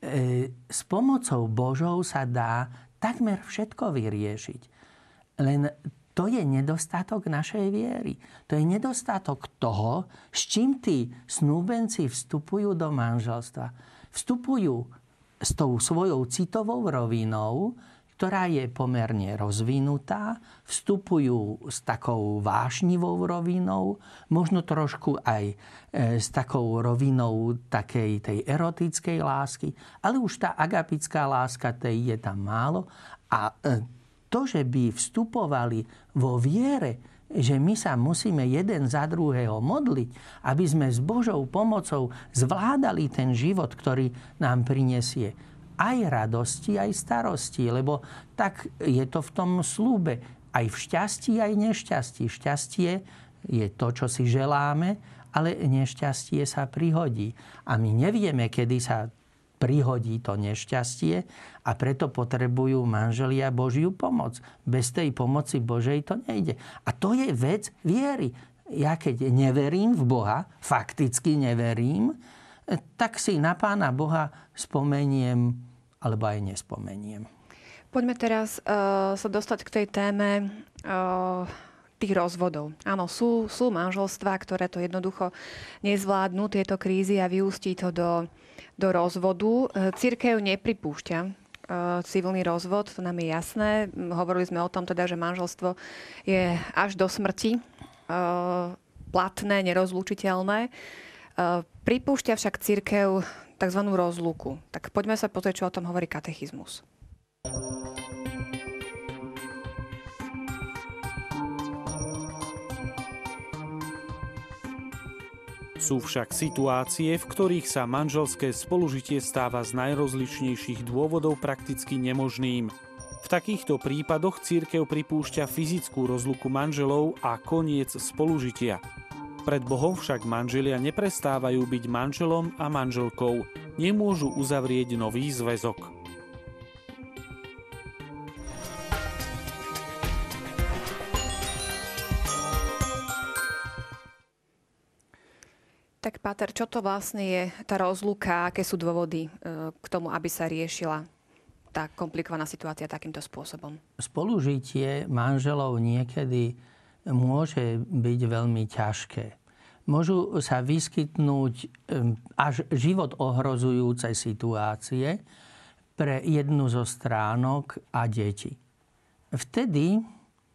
[SPEAKER 3] s pomocou Božou sa dá takmer všetko vyriešiť. Len to je nedostatok našej viery. To je nedostatok toho, s čím tí snúbenci vstupujú do manželstva. Vstupujú s tou svojou citovou rovinou, ktorá je pomerne rozvinutá, vstupujú s takou vášnivou rovinou, možno trošku aj s takou rovinou takej tej erotickej lásky, ale už tá agapická láska, tej je tam málo. A to, že by vstupovali vo viere, že my sa musíme jeden za druhého modliť, aby sme s Božou pomocou zvládali ten život, ktorý nám prinesie aj radosti, aj starosti, lebo tak je to v tom sľube. Aj v šťastí, aj nešťastí. Šťastie je to, čo si želáme, ale nešťastie sa prihodí. A my nevieme, kedy sa prihodí to nešťastie a preto potrebujú manželia Božiu pomoc. Bez tej pomoci Božej to nejde. A to je vec viery. Ja keď neverím v Boha, fakticky neverím, tak si na Pána Boha spomeniem alebo aj nespomeniem.
[SPEAKER 1] Poďme teraz sa dostať k tej téme tých rozvodov. Áno, sú manželstvá, ktoré to jednoducho nezvládnu, tieto krízy, a vyústí to do rozvodu. Cirkev nepripúšťa civilný rozvod, to nám je jasné. Hovorili sme o tom teda, že manželstvo je až do smrti platné, nerozlúčiteľné. Pripúšťa však cirkev tzv. Rozluku. Tak poďme sa pozrieť, čo o tom hovorí katechizmus.
[SPEAKER 4] Sú však situácie, v ktorých sa manželské spolužitie stáva z najrozličnejších dôvodov prakticky nemožným. V takýchto prípadoch cirkev pripúšťa fyzickú rozluku manželov a koniec spolužitia. Pred Bohom však manželia neprestávajú byť manželom a manželkou. Nemôžu uzavrieť nový zväzok.
[SPEAKER 1] Tak, páter, čo to vlastne je tá rozluka? Aké sú dôvody k tomu, aby sa riešila tá komplikovaná situácia takýmto spôsobom?
[SPEAKER 3] Spolužitie manželov niekedy môže byť veľmi ťažké. Môžu sa vyskytnúť až život ohrozujúce situácie pre jednu zo stránok a deti. Vtedy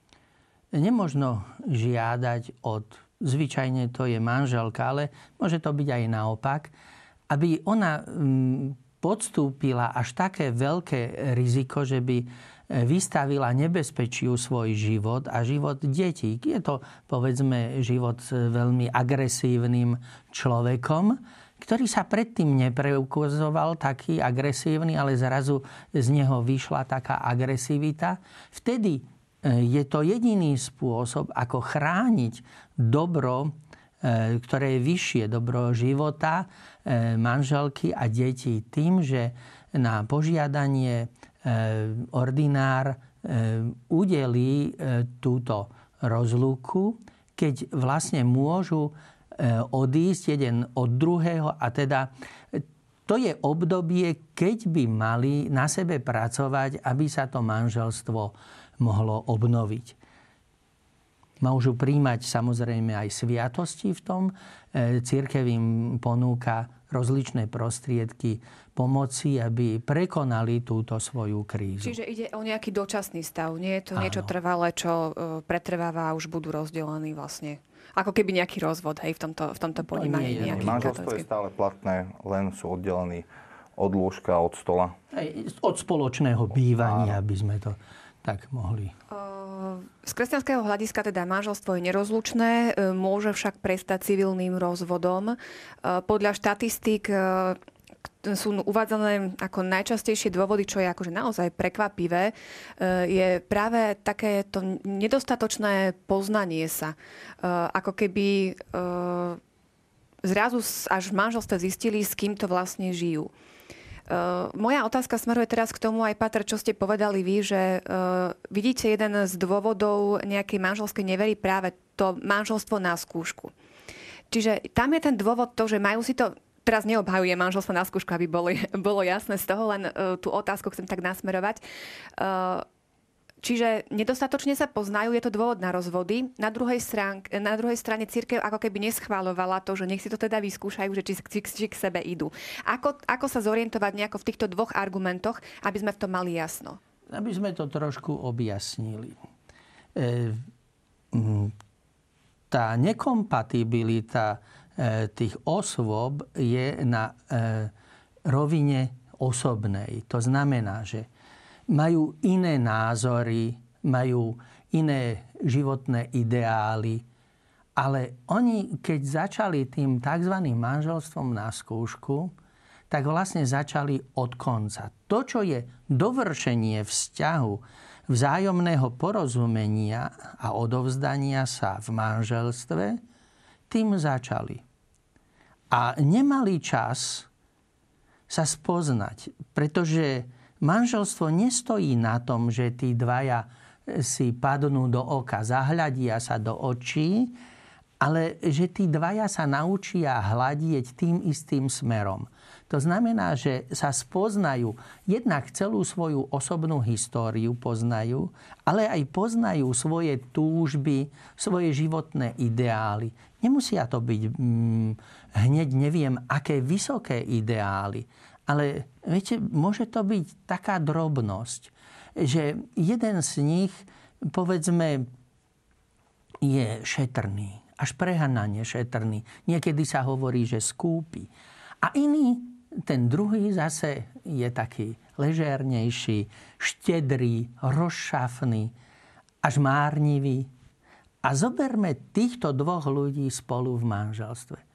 [SPEAKER 3] nemožno žiadať od, zvyčajne to je manželka, ale môže to byť aj naopak, aby ona podstúpila až také veľké riziko, že by vystavila nebezpečiu svoj život a život detí. Je to, povedzme, život s veľmi agresívnym človekom, ktorý sa predtým nepreukazoval taký agresívny, ale zrazu z neho vyšla taká agresivita. Vtedy je to jediný spôsob, ako chrániť dobro, ktoré je vyššie, dobro života manželky a detí tým, že na požiadanie ordinár udelí túto rozlúku, keď vlastne môžu odísť jeden od druhého a teda to je obdobie, keď by mali na sebe pracovať, aby sa to manželstvo mohlo obnoviť. Môžu príjmať samozrejme aj sviatosti v tom. Cirkev im ponúka rozličné prostriedky pomoci, aby prekonali túto svoju krízu.
[SPEAKER 1] Čiže ide o nejaký dočasný stav, nie je to niečo trvalé, čo pretrváva a už budú rozdelení vlastne. Ako keby nejaký rozvod, hej, v tomto ponímaní.
[SPEAKER 2] Manželstvo je stále platné, len sú oddelení od lôžka, od stola.
[SPEAKER 3] Od spoločného bývania, aby sme to tak mohli.
[SPEAKER 1] Z kresťanského hľadiska teda manželstvo je nerozlučné, môže však prestať civilným rozvodom. Podľa štatistík sú uvádzané ako najčastejšie dôvody, čo je akože naozaj prekvapivé, je práve takéto nedostatočné poznanie sa. Ako keby zrazu až v manželstve zistili, s kým to vlastne žijú. Moja otázka smeruje teraz k tomu aj, Páter, čo ste povedali vy, že vidíte jeden z dôvodov nejakej manželskej nevery práve to manželstvo na skúšku. Čiže tam je ten dôvod to, že majú si to, teraz neobhajuje manželstvo na skúšku, aby bolo jasné z toho, len tú otázku chcem tak nasmerovať. Čiže nedostatočne sa poznajú, je to dôvod na rozvody. Na druhej strane cirkev ako keby neschváľovala to, že nech si to teda vyskúšajú, že či k sebe idú. Ako sa zorientovať nejako v týchto dvoch argumentoch, aby sme v tom mali jasno?
[SPEAKER 3] Aby sme to trošku objasnili. Tá nekompatibilita tých osôb je na rovine osobnej. To znamená, že majú iné názory, majú iné životné ideály, ale oni, keď začali tým tzv. Manželstvom na skúšku, tak vlastne začali od konca. To, čo je dovršenie vzťahu, vzájomného porozumenia a odovzdania sa v manželstve, tým začali. A nemali čas sa spoznať, pretože manželstvo nestojí na tom, že tí dvaja si padnú do oka, zahľadia sa do očí, ale že tí dvaja sa naučia hľadieť tým istým smerom. To znamená, že sa spoznajú, jednak celú svoju osobnú históriu poznajú, ale aj poznajú svoje túžby, svoje životné ideály. Nemusia to byť hneď neviem aké vysoké ideály, ale viete, môže to byť taká drobnosť, že jeden z nich, povedzme, je šetrný, až prehanane šetrný. Niekedy sa hovorí, že skúpi. A iný, ten druhý zase je taký ležernejší, štedrý, rozšafný, až márnivý. A zoberme týchto dvoch ľudí spolu v manželstve.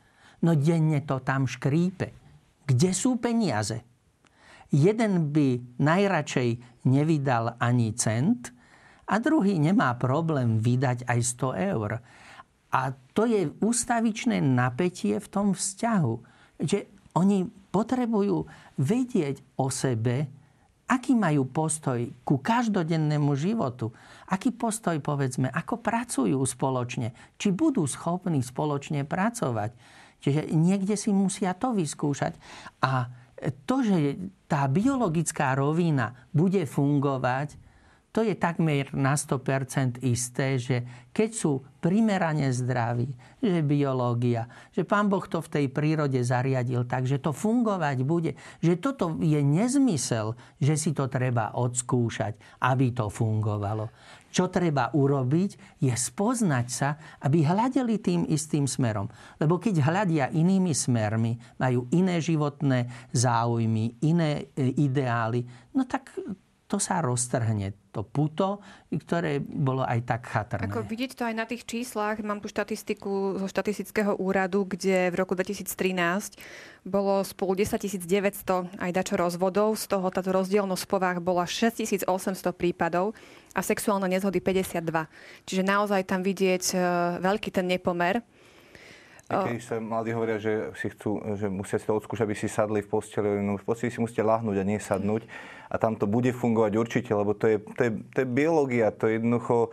[SPEAKER 3] No denne to tam škrípe. Kde sú peniaze? Jeden by najradšej nevydal ani cent a druhý nemá problém vydať aj 100 eur. A to je ústavičné napätie v tom vzťahu, že oni potrebujú vedieť o sebe, aký majú postoj ku každodennému životu. Aký postoj, povedzme, ako pracujú spoločne. Či budú schopní spoločne pracovať. Čiže niekde si musia to vyskúšať. A to, že tá biologická rovina bude fungovať, to je takmer na 100% isté, že keď sú primerane zdraví, že biológia, že Pán Boh to v tej prírode zariadil tak, že to fungovať bude, že toto je nezmysel, že si to treba odskúšať, aby to fungovalo. Čo treba urobiť, je spoznať sa, aby hľadeli tým istým smerom. Lebo keď hľadia inými smermi, majú iné životné záujmy, iné ideály, no tak to sa roztrhne. To puto, ktoré bolo aj tak chatrné.
[SPEAKER 1] Ako vidieť to aj na tých číslach. Mám tu štatistiku zo štatistického úradu, kde v roku 2013 bolo spolu 10 900 aj dačo rozvodov. Z toho táto rozdielnosť v povách bola 6 800 prípadov a sexuálne nezhody 52. Čiže naozaj tam vidieť veľký ten nepomer.
[SPEAKER 2] Keď sa mladí hovoria, že si chcú, že musia si to odskúšať, aby si sadli v posteli, no v posteli si musíte ľahnúť a nie sadnúť. A tam to bude fungovať určite, lebo to je biológia, to je jednoducho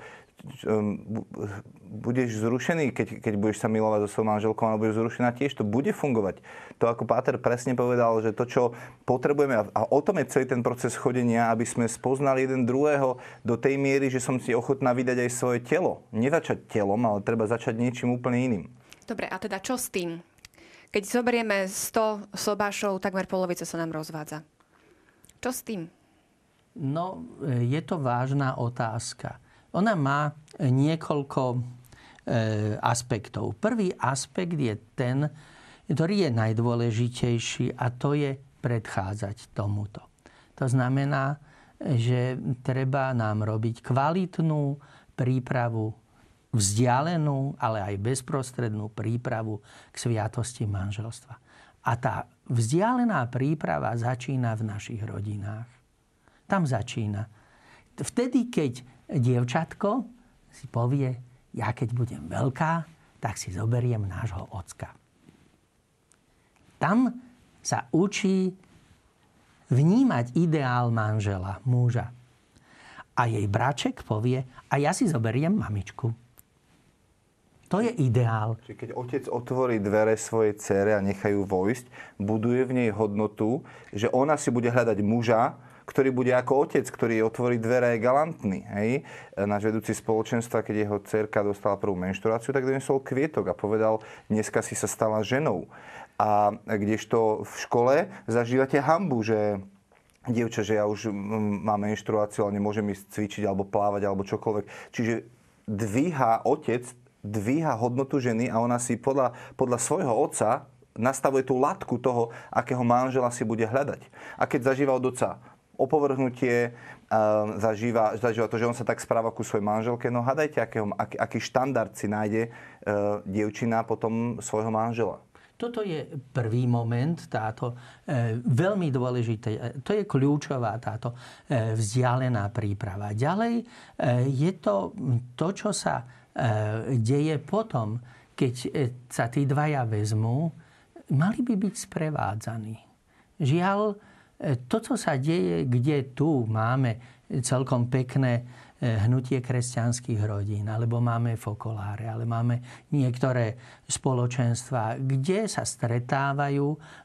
[SPEAKER 2] budeš zrušený, keď budeš sa milovať so svojou manželkou, ale budeš zrušená tiež, to bude fungovať. To, ako Páter presne povedal, že to, čo potrebujeme, a o tom je celý ten proces chodenia, aby sme spoznali jeden druhého do tej miery, že som si ochotná vydať aj svoje telo. Nezačať telom, ale treba začať niečím úplne iným.
[SPEAKER 1] Dobre, a teda čo s tým? Keď zoberieme 100 sobášov, takmer polovica sa nám rozvádza. Čo s tým?
[SPEAKER 3] No, je to vážna otázka. Ona má niekoľko aspektov. Prvý aspekt je ten, ktorý je najdôležitejší, a to je predchádzať tomuto. To znamená, že treba nám robiť kvalitnú prípravu, vzdialenú, ale aj bezprostrednú prípravu k sviatosti manželstva. A tá vzdialená príprava začína v našich rodinách. Tam začína. Vtedy, keď dievčatko si povie, ja keď budem veľká, tak si zoberiem nášho ocka. Tam sa učí vnímať ideál manžela, muža. A jej braček povie, a ja si zoberiem mamičku. To je ideál.
[SPEAKER 2] Čiže keď otec otvorí dvere svojej dcere a nechajú vojsť, buduje v nej hodnotu, že ona si bude hľadať muža, ktorý bude ako otec, ktorý otvorí dvere, je galantný. Hej? Náš vedúci spoločenstva, keď jeho dcerka dostala prvú menštruáciu, tak donesol kvietok a povedal, dneska si sa stala ženou. A kdežto v škole zažívate hanbu, že dievča, že ja už mám menštruáciu, ale nemôžem ísť cvičiť alebo plávať alebo čokoľvek. Čiže otec dvíha hodnotu ženy a ona si podľa svojho otca nastavuje tú latku toho, akého manžela si bude hľadať. A keď zažíva od otca opovrhnutie, zažíva to, že on sa tak správa ku svojej manželke, no hádajte, aký štandard si nájde dievčina potom svojho manžela.
[SPEAKER 3] Toto je prvý moment, táto veľmi dôležité, to je kľúčová táto vzdialená príprava. Ďalej je to, čo sa deje potom, keď sa tí dvaja vezmú, mali by byť sprevádzaní. Žiaľ, to, čo sa deje, kde tu máme celkom pekné hnutie kresťanských rodín, alebo máme fokoláre, ale máme niektoré spoločenstva, kde sa stretávajú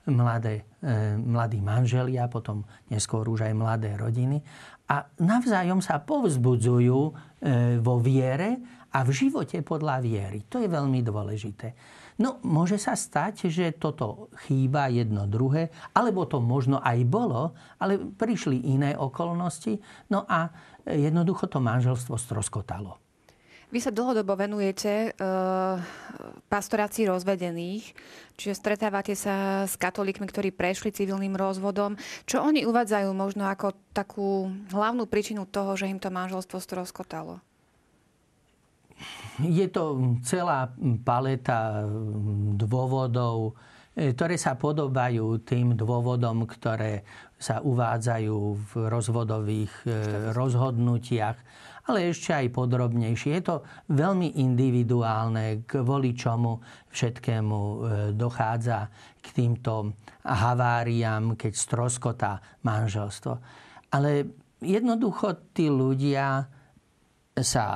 [SPEAKER 3] mladí manželia, potom neskôr už aj mladé rodiny a navzájom sa povzbudzujú vo viere a v živote podľa viery. To je veľmi dôležité. No, môže sa stať, že toto chýba jedno druhé, alebo to možno aj bolo, ale prišli iné okolnosti, no a jednoducho to manželstvo stroskotalo.
[SPEAKER 1] Vy sa dlhodobo venujete pastorácii rozvedených, čiže stretávate sa s katolíkmi, ktorí prešli civilným rozvodom. Čo oni uvádzajú možno ako takú hlavnú príčinu toho, že im to manželstvo stroskotalo?
[SPEAKER 3] Je to celá paleta dôvodov, ktoré sa podobajú tým dôvodom, ktoré sa uvádzajú v rozvodových rozhodnutiach, ale ešte aj podrobnejšie. Je to veľmi individuálne, kvôli čomu všetkému dochádza k týmto haváriám, keď stroskotá manželstvo. Ale jednoducho tí ľudia sa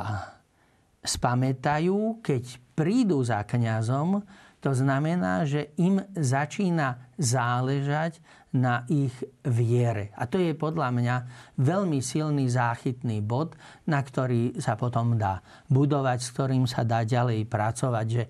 [SPEAKER 3] spamätajú, keď prídu za kňazom, to znamená, že im začína záležať na ich viere. A to je podľa mňa veľmi silný záchytný bod, na ktorý sa potom dá budovať, s ktorým sa dá ďalej pracovať. Že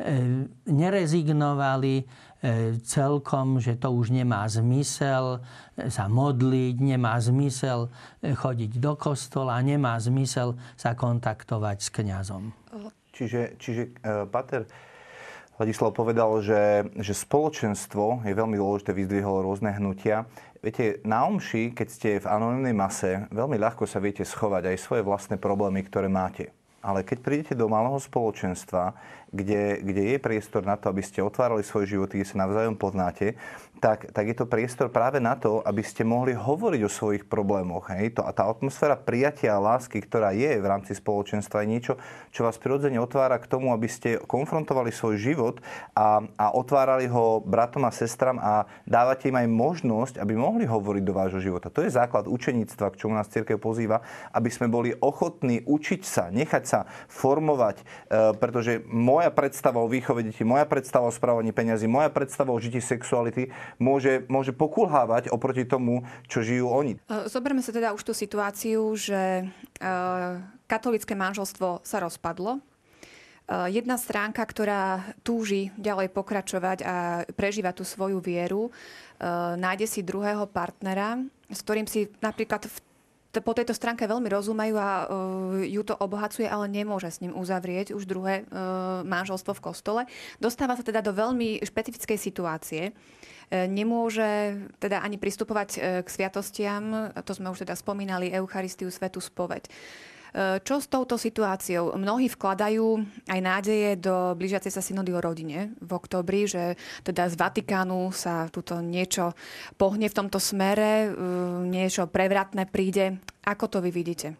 [SPEAKER 3] nerezignovali celkom, že to už nemá zmysel sa modliť, nemá zmysel chodiť do kostola, nemá zmysel sa kontaktovať s kňazom.
[SPEAKER 2] Čiže Páter Ladislav povedal, že spoločenstvo je veľmi dôležité, vyzdvihol rôzne hnutia. Viete, na omši, keď ste v anonymnej mase, veľmi ľahko sa viete schovať aj svoje vlastné problémy, ktoré máte. Ale keď prídete do malého spoločenstva, kde je priestor na to, aby ste otvárali svoj život, kde sa navzájom poznáte, tak je to priestor práve na to, aby ste mohli hovoriť o svojich problémoch. Hej? A tá atmosféra prijatia a lásky, ktorá je v rámci spoločenstva, je niečo, čo vás prirodzene otvára k tomu, aby ste konfrontovali svoj život a otvárali ho bratom a sestram a dávate im aj možnosť, aby mohli hovoriť do vášho života. To je základ učeníctva, k čomu nás cirkev pozýva, aby sme boli ochotní učiť sa, nechať sa formovať, pretože moja predstava o výchove detí, moja predstava o správaní peňazí, moja predstava o žití sexuality môže pokulhávať oproti tomu, čo žijú oni.
[SPEAKER 1] Zoberme sa teda už tú situáciu, že katolícke manželstvo sa rozpadlo. Jedna stránka, ktorá túži ďalej pokračovať a prežíva tú svoju vieru, nájde si druhého partnera, s ktorým si napríklad po tejto stránke veľmi rozumejú a ju to obohacuje, ale nemôže s ním uzavrieť už druhé manželstvo v kostole. Dostáva sa teda do veľmi špecifickej situácie. Nemôže teda ani pristupovať k sviatostiam, to sme už teda spomínali, Eucharistiu, svätú spoveď. Čo s touto situáciou? Mnohí vkladajú aj nádeje do blížiacej sa synody o rodine v októbri, že teda z Vatikánu sa tuto niečo pohne v tomto smere, niečo prevratné príde. Ako to vy vidíte?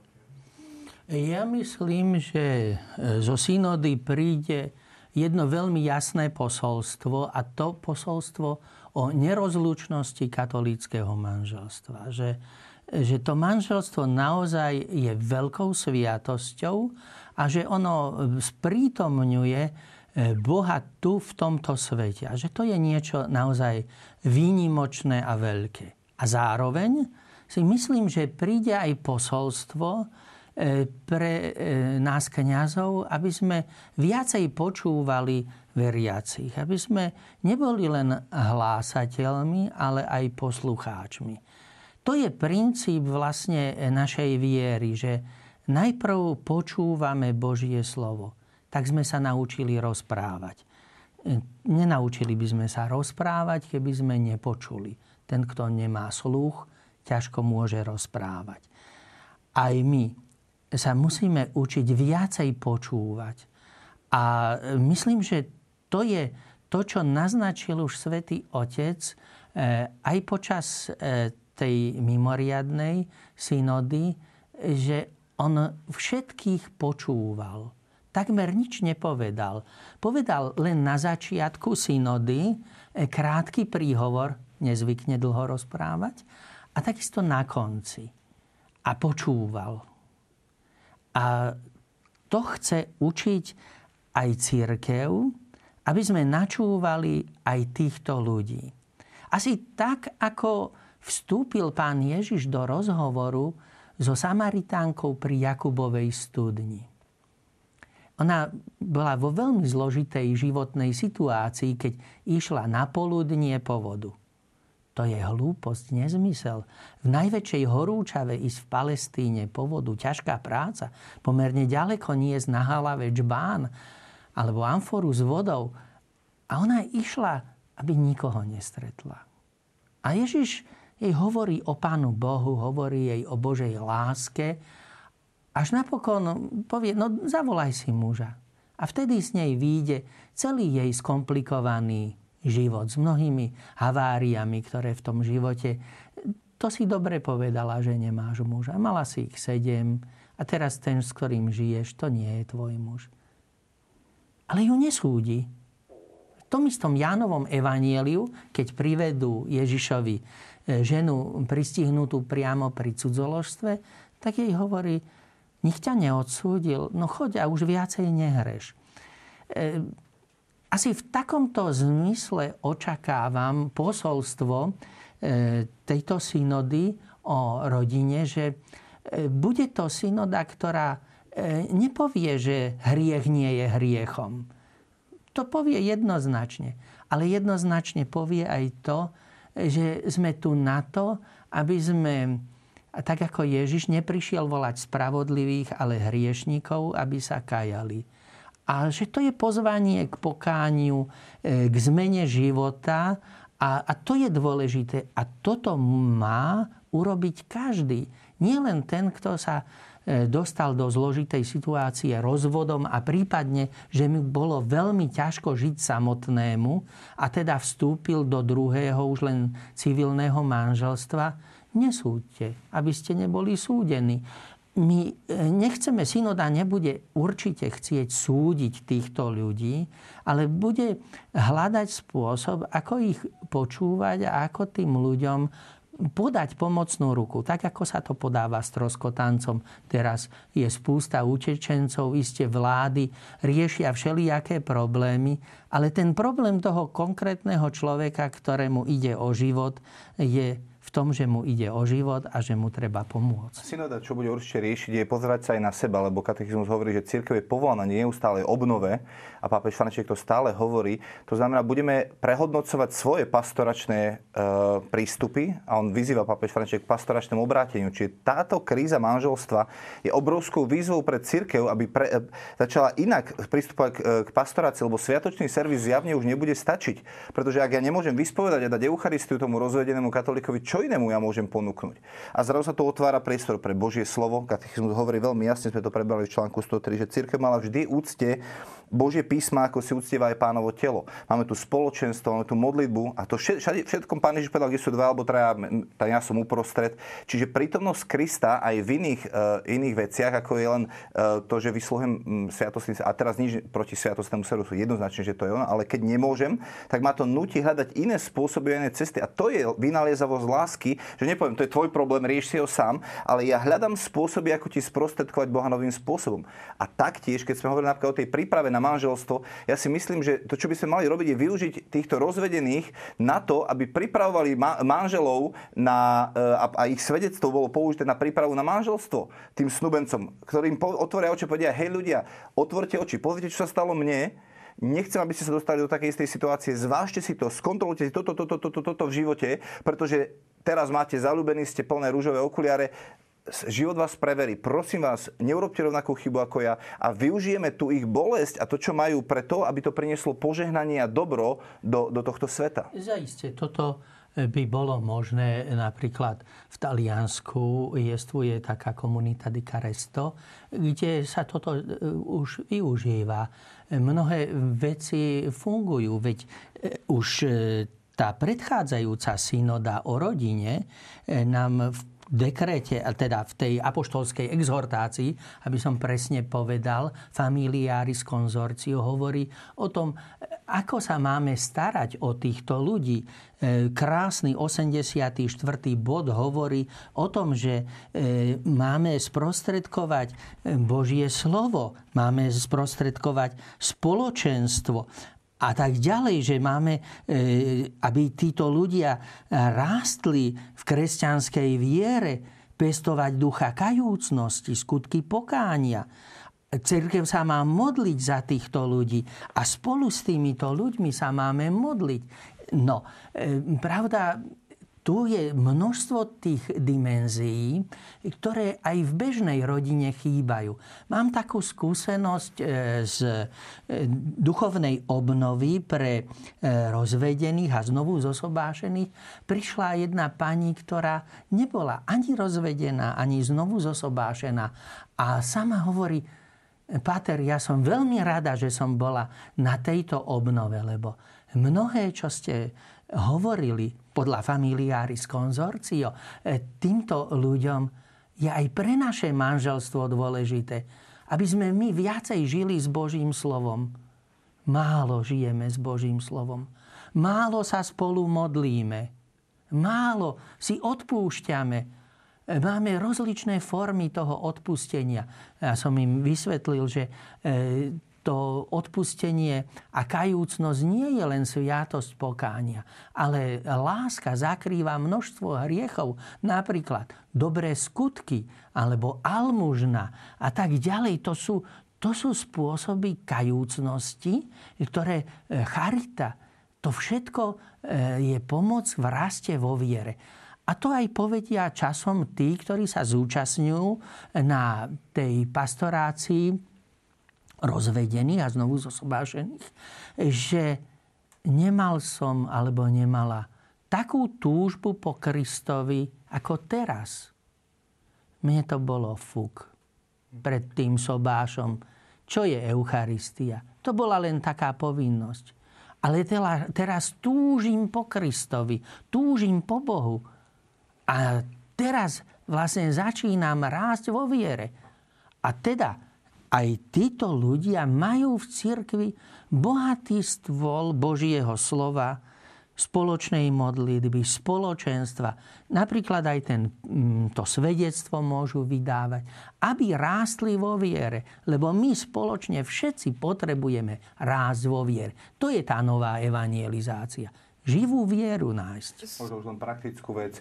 [SPEAKER 3] Ja myslím, že zo synody príde jedno veľmi jasné posolstvo, a to posolstvo o nerozlučnosti katolíckeho manželstva. Že to manželstvo naozaj je veľkou sviatosťou a že ono sprítomňuje Boha tu v tomto svete. A že to je niečo naozaj výnimočné a veľké. A zároveň si myslím, že príde aj posolstvo pre nás kňazov, aby sme viacej počúvali veriacich. Aby sme neboli len hlásateľmi, ale aj poslucháčmi. To je princíp vlastne našej viery, že najprv počúvame Božie slovo. Tak sme sa naučili rozprávať. Nenaučili by sme sa rozprávať, keby sme nepočuli. Ten, kto nemá sluch, ťažko môže rozprávať. Aj my sa musíme učiť viacej počúvať. A myslím, že to je to, čo naznačil už Svätý Otec aj počas tej mimoriadnej synody, že on všetkých počúval. Takmer nič nepovedal. Povedal len na začiatku synody krátky príhovor, nezvykne dlho rozprávať, a takisto na konci. A počúval. A to chce učiť aj cirkev, aby sme načúvali aj týchto ľudí. Asi tak, ako vstúpil Pán Ježiš do rozhovoru so Samaritánkou pri Jakubovej studni. Ona bola vo veľmi zložitej životnej situácii, keď išla na poludnie po vodu. To je hlúposť, nezmysel. V najväčšej horúčave ísť v Palestíne po vodu, ťažká práca, pomerne ďaleko niesť na hlave džbán alebo amforu s vodou. A ona išla, aby nikoho nestretla. A Ježiš jej hovorí o Pánu Bohu, hovorí jej o Božej láske Až napokon povie, no zavolaj si muža. A vtedy z nej vyjde celý jej skomplikovaný život s mnohými haváriami, ktoré v tom živote... To si dobre povedala, že nemáš muža. Mala si ich 7 a teraz ten, s ktorým žiješ, to nie je tvoj muž. Ale ju nesúdi. V tom istom Jánovom evanjeliu, keď privedú Ježišovi ženu pristihnutú priamo pri cudzoložstve, tak jej hovorí, nech ťa neodsúdil, no choď a už viacej nehreš. Asi v takomto zmysle očakávam posolstvo tejto synody o rodine, že bude to synoda, ktorá nepovie, že hriech nie je hriechom. To povie jednoznačne. Ale jednoznačne povie aj to, že sme tu na to, aby sme, tak ako Ježiš, neprišiel volať spravodlivých, ale hriešnikov, aby sa kajali. A že to je pozvanie k pokániu, k zmene života a to je dôležité. A toto má urobiť každý. Nie len ten, kto sa dostal do zložitej situácie rozvodom a prípadne, že mu bolo veľmi ťažko žiť samotnému a teda vstúpil do druhého už len civilného manželstva. Nesúďte, aby ste neboli súdení. My nechceme, synoda nebude určite chcieť súdiť týchto ľudí, ale bude hľadať spôsob, ako ich počúvať a ako tým ľuďom podať pomocnú ruku, tak ako sa to podáva stroskotancom. Teraz je spústa utečencov, iste vlády riešia všelijaké problémy, ale ten problém toho konkrétneho človeka, ktorému ide o život, je v tom, že mu ide o život a že mu treba pomôcť.
[SPEAKER 2] Synoda, čo bude určite riešiť, je pozerať sa aj na seba, lebo katechizmus hovorí, že cirkev je povolaná neustále obnove a pápež František to stále hovorí. To znamená, budeme prehodnocovať svoje pastoračné prístupy a on vyzýva pápež František k pastoračnému obráteniu. Čiže táto kríza manželstva je obrovskou výzvou pre cirkev, aby začala inak pristupovať k pastorácii, lebo sviatočný servis zjavne už nebude stačiť. Pretože ak ja nemôžem vyspovedať a dať Eucharistiu tomu rozvedenému katolíkovi, čo inému ja môžem ponúknuť? A zrazu sa to otvára priestor pre Božie slovo. Katechizmus hovorí veľmi jasne, sme to prebrali v článku 103, že cirkev mala vždy úcte Božie písma, ako si uctieva aj Pánovo telo. Máme tu spoločenstvo, máme tu modlitbu a to všetkom Pán Ježiš povedal, kde sú 2 alebo 3, ja som uprostred. Čiže prítomnosť Krista aj v iných veciach, ako je len to, že vysluhujem sviatostný, a teraz nič proti sviatostnému servisu, jednoznačne, že to je ono, ale keď nemôžem, tak ma to núti hľadať iné spôsoby, iné cesty. A to je vynaliezavosť lásky, že nepoviem, to je tvoj problém, rieš si ho sám, ale ja hľadám spôsoby, ako ti sprostredkovať Boha novým spôsobom. A taktiež, keď sme hovorili napríklad o tej príprave na manželstvo, ja si myslím, že to, čo by sme mali robiť, je využiť týchto rozvedených na to, aby pripravovali manželov a ich svedectvo bolo použité na prípravu na manželstvo tým snúbencom, ktorým otvoria oči a povedia, hej ľudia, otvorte oči, pozrite, čo sa stalo mne. Nechcem, aby ste sa dostali do takej istej situácie. Zvážte si to, skontrolujte si toto v živote, pretože teraz máte zaľúbení, ste plné rúžové okuliare. Život vás preverí. Prosím vás, neurobte rovnakú chybu ako ja a využijeme tu ich bolesť a to, čo majú preto, aby to prinieslo požehnanie a dobro do tohto sveta.
[SPEAKER 3] Zaiste, toto by bolo možné. Napríklad v Taliansku jestvuje taká komunita di Caresto, kde sa toto už využíva. Mnohé veci fungujú, veď už tá predchádzajúca synoda o rodine nám v dekréte, teda v tej apoštolskej exhortácii, aby som presne povedal, Familiaris Consortio hovorí o tom, ako sa máme starať o týchto ľudí. Krásny 84. bod hovorí o tom, že máme sprostredkovať Božie slovo, máme sprostredkovať spoločenstvo a tak ďalej, že máme, aby títo ľudia rástli v kresťanskej viere, pestovať ducha kajúcnosti, skutky pokánia. Cirkev sa má modliť za týchto ľudí a spolu s týmito ľuďmi sa máme modliť. No, pravda, tu je množstvo tých dimenzií, ktoré aj v bežnej rodine chýbajú. Mám takú skúsenosť z duchovnej obnovy pre rozvedených a znovu zosobášených. Prišla jedna pani, ktorá nebola ani rozvedená, ani znovu zosobášená. A sama hovorí: Páter, ja som veľmi rada, že som bola na tejto obnove, lebo mnohé, čo ste hovorili podľa Familiaris Consortio, týmto ľuďom je aj pre naše manželstvo dôležité, aby sme my viacej žili s Božím slovom. Málo žijeme s Božím slovom. Málo sa spolu modlíme. Málo si odpúšťame. Máme rozličné formy toho odpustenia. Ja som im vysvetlil, že to odpustenie a kajúcnosť nie je len sviatosť pokánia, ale láska zakrýva množstvo hriechov, napríklad dobré skutky alebo almužna a tak ďalej. To sú spôsoby kajúcnosti, ktoré charita, to všetko je pomoc v raste vo viere. A to aj povedia časom tí, ktorí sa zúčastňujú na tej pastorácii rozvedených a znovu zosobášených, že nemal som alebo nemala takú túžbu po Kristovi ako teraz. Mne to bolo fuk pred tým sobášom. Čo je Eucharistia? To bola len taká povinnosť. Ale teraz túžim po Kristovi, túžim po Bohu. A teraz vlastne začínam rásť vo viere. A teda aj títo ľudia majú v cirkvi bohatý stôl Božieho slova, spoločnej modlitby, spoločenstva. Napríklad aj to svedectvo môžu vydávať, aby rástli vo viere. Lebo my spoločne všetci potrebujeme rásť vo viere. To je tá nová evangelizácia. Živú vieru nájsť.
[SPEAKER 2] Možno už len praktickú vec.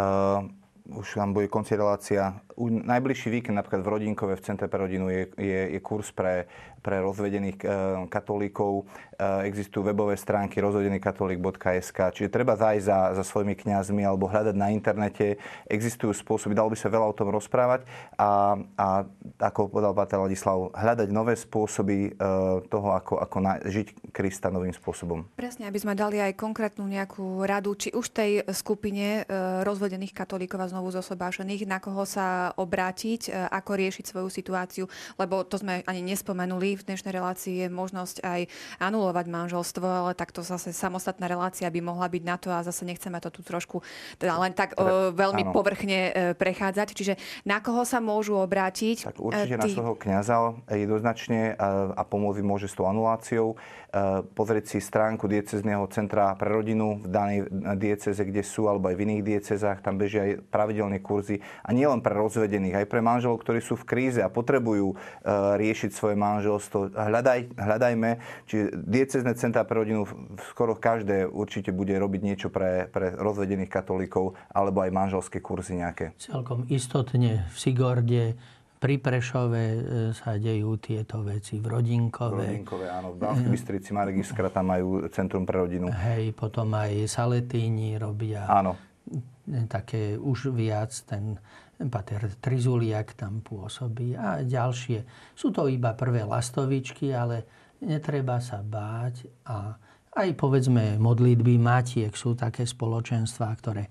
[SPEAKER 2] Už vám bude konci relácia. Najbližší víkend napríklad v Rodinkove v Centre pre rodinu je kurz pre rozvedených katolíkov. Existujú webové stránky rozvedenykatolík.sk. Čiže treba zájsť za svojimi kňazmi alebo hľadať na internete. Existujú spôsoby, dalo by sa veľa o tom rozprávať a ako povedal páter Ladislav, hľadať nové spôsoby toho, ako žiť Krista novým spôsobom.
[SPEAKER 1] Presne, aby sme dali aj konkrétnu nejakú radu, či už tej skupine rozvedených katolíkov a znovu zosobášených, na koho sa obrátiť, ako riešiť svoju situáciu, lebo to sme ani nespomenuli. V dnešnej relácii je možnosť aj anulovať manželstvo, ale takto zase samostatná relácia by mohla byť na to a zase nechceme to tu trošku len tak veľmi povrchne prechádzať. Čiže na koho sa môžu obrátiť?
[SPEAKER 2] Tak určite na svojho kňaza jednoznačne a pomôcť môže s tou anuláciou. Pozrieť si stránku diecézneho centra pre rodinu v danej diecéze, kde sú, alebo aj v iných diecézach. Tam bežia aj pravidelné kurzy. A nie len pre rozvedených, aj pre manželov, ktorí sú v kríze a potrebujú riešiť svoje manželstvo. Hľadajme. Čiže diecézne centra pre rodinu skoro každé určite bude robiť niečo pre rozvedených katolíkov alebo aj manželské kurzy nejaké.
[SPEAKER 3] Celkom istotne v Sigorde, pri Prešove sa dejú tieto veci. V Rodinkove.
[SPEAKER 2] Áno. V Banskej Bystrici, Marek Iskra, tam majú Centrum pre rodinu.
[SPEAKER 3] Hej, potom aj Saletíni robia.
[SPEAKER 2] Áno.
[SPEAKER 3] Také už viac, ten páter Trizuliak tam pôsobí a ďalšie. Sú to iba prvé lastovičky, ale netreba sa báť a aj povedzme modlitby matiek sú také spoločenstvá, ktoré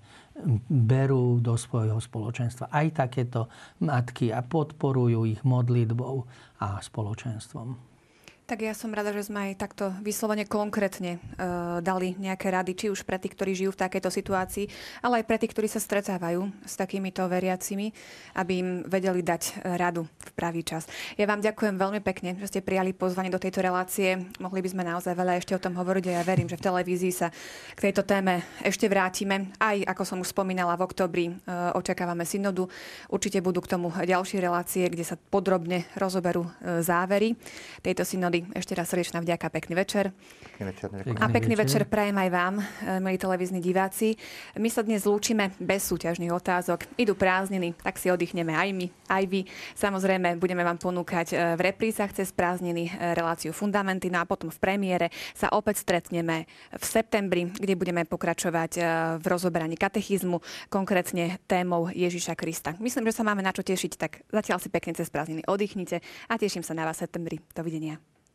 [SPEAKER 3] berú do svojho spoločenstva aj takéto matky a podporujú ich modlitbou a spoločenstvom.
[SPEAKER 1] Tak ja som rada, že sme aj takto vyslovene konkrétne dali nejaké rady, či už pre tých, ktorí žijú v takejto situácii, ale aj pre tých, ktorí sa stretávajú s takýmito veriacimi, aby im vedeli dať radu v pravý čas. Ja vám ďakujem veľmi pekne, že ste prijali pozvanie do tejto relácie. Mohli by sme naozaj veľa ešte o tom hovoriť a ja verím, že v televízii sa k tejto téme ešte vrátime. Aj, ako som už spomínala, v októbri očakávame synodu. Určite budú k tomu ďalšie relácie, kde sa podrobne rozoberú závery tejto synody. počúvali. Ešte raz srdečná vďaka, pekný večer.
[SPEAKER 2] Pekný
[SPEAKER 1] večer prajem aj vám, milí televízni diváci. My sa dnes lúčime bez súťažných otázok. Idú prázdniny, tak si oddychneme aj my, aj vy. Samozrejme, budeme vám ponúkať v reprízach cez prázdniny reláciu Fundamenty, no a potom v premiére sa opäť stretneme v septembri, kde budeme pokračovať v rozoberaní katechizmu, konkrétne témou Ježiša Krista. Myslím, že sa máme na čo tešiť, tak zatiaľ si pekne cez prázdniny oddychnite a teším sa na vás v septembri. Dovidenia.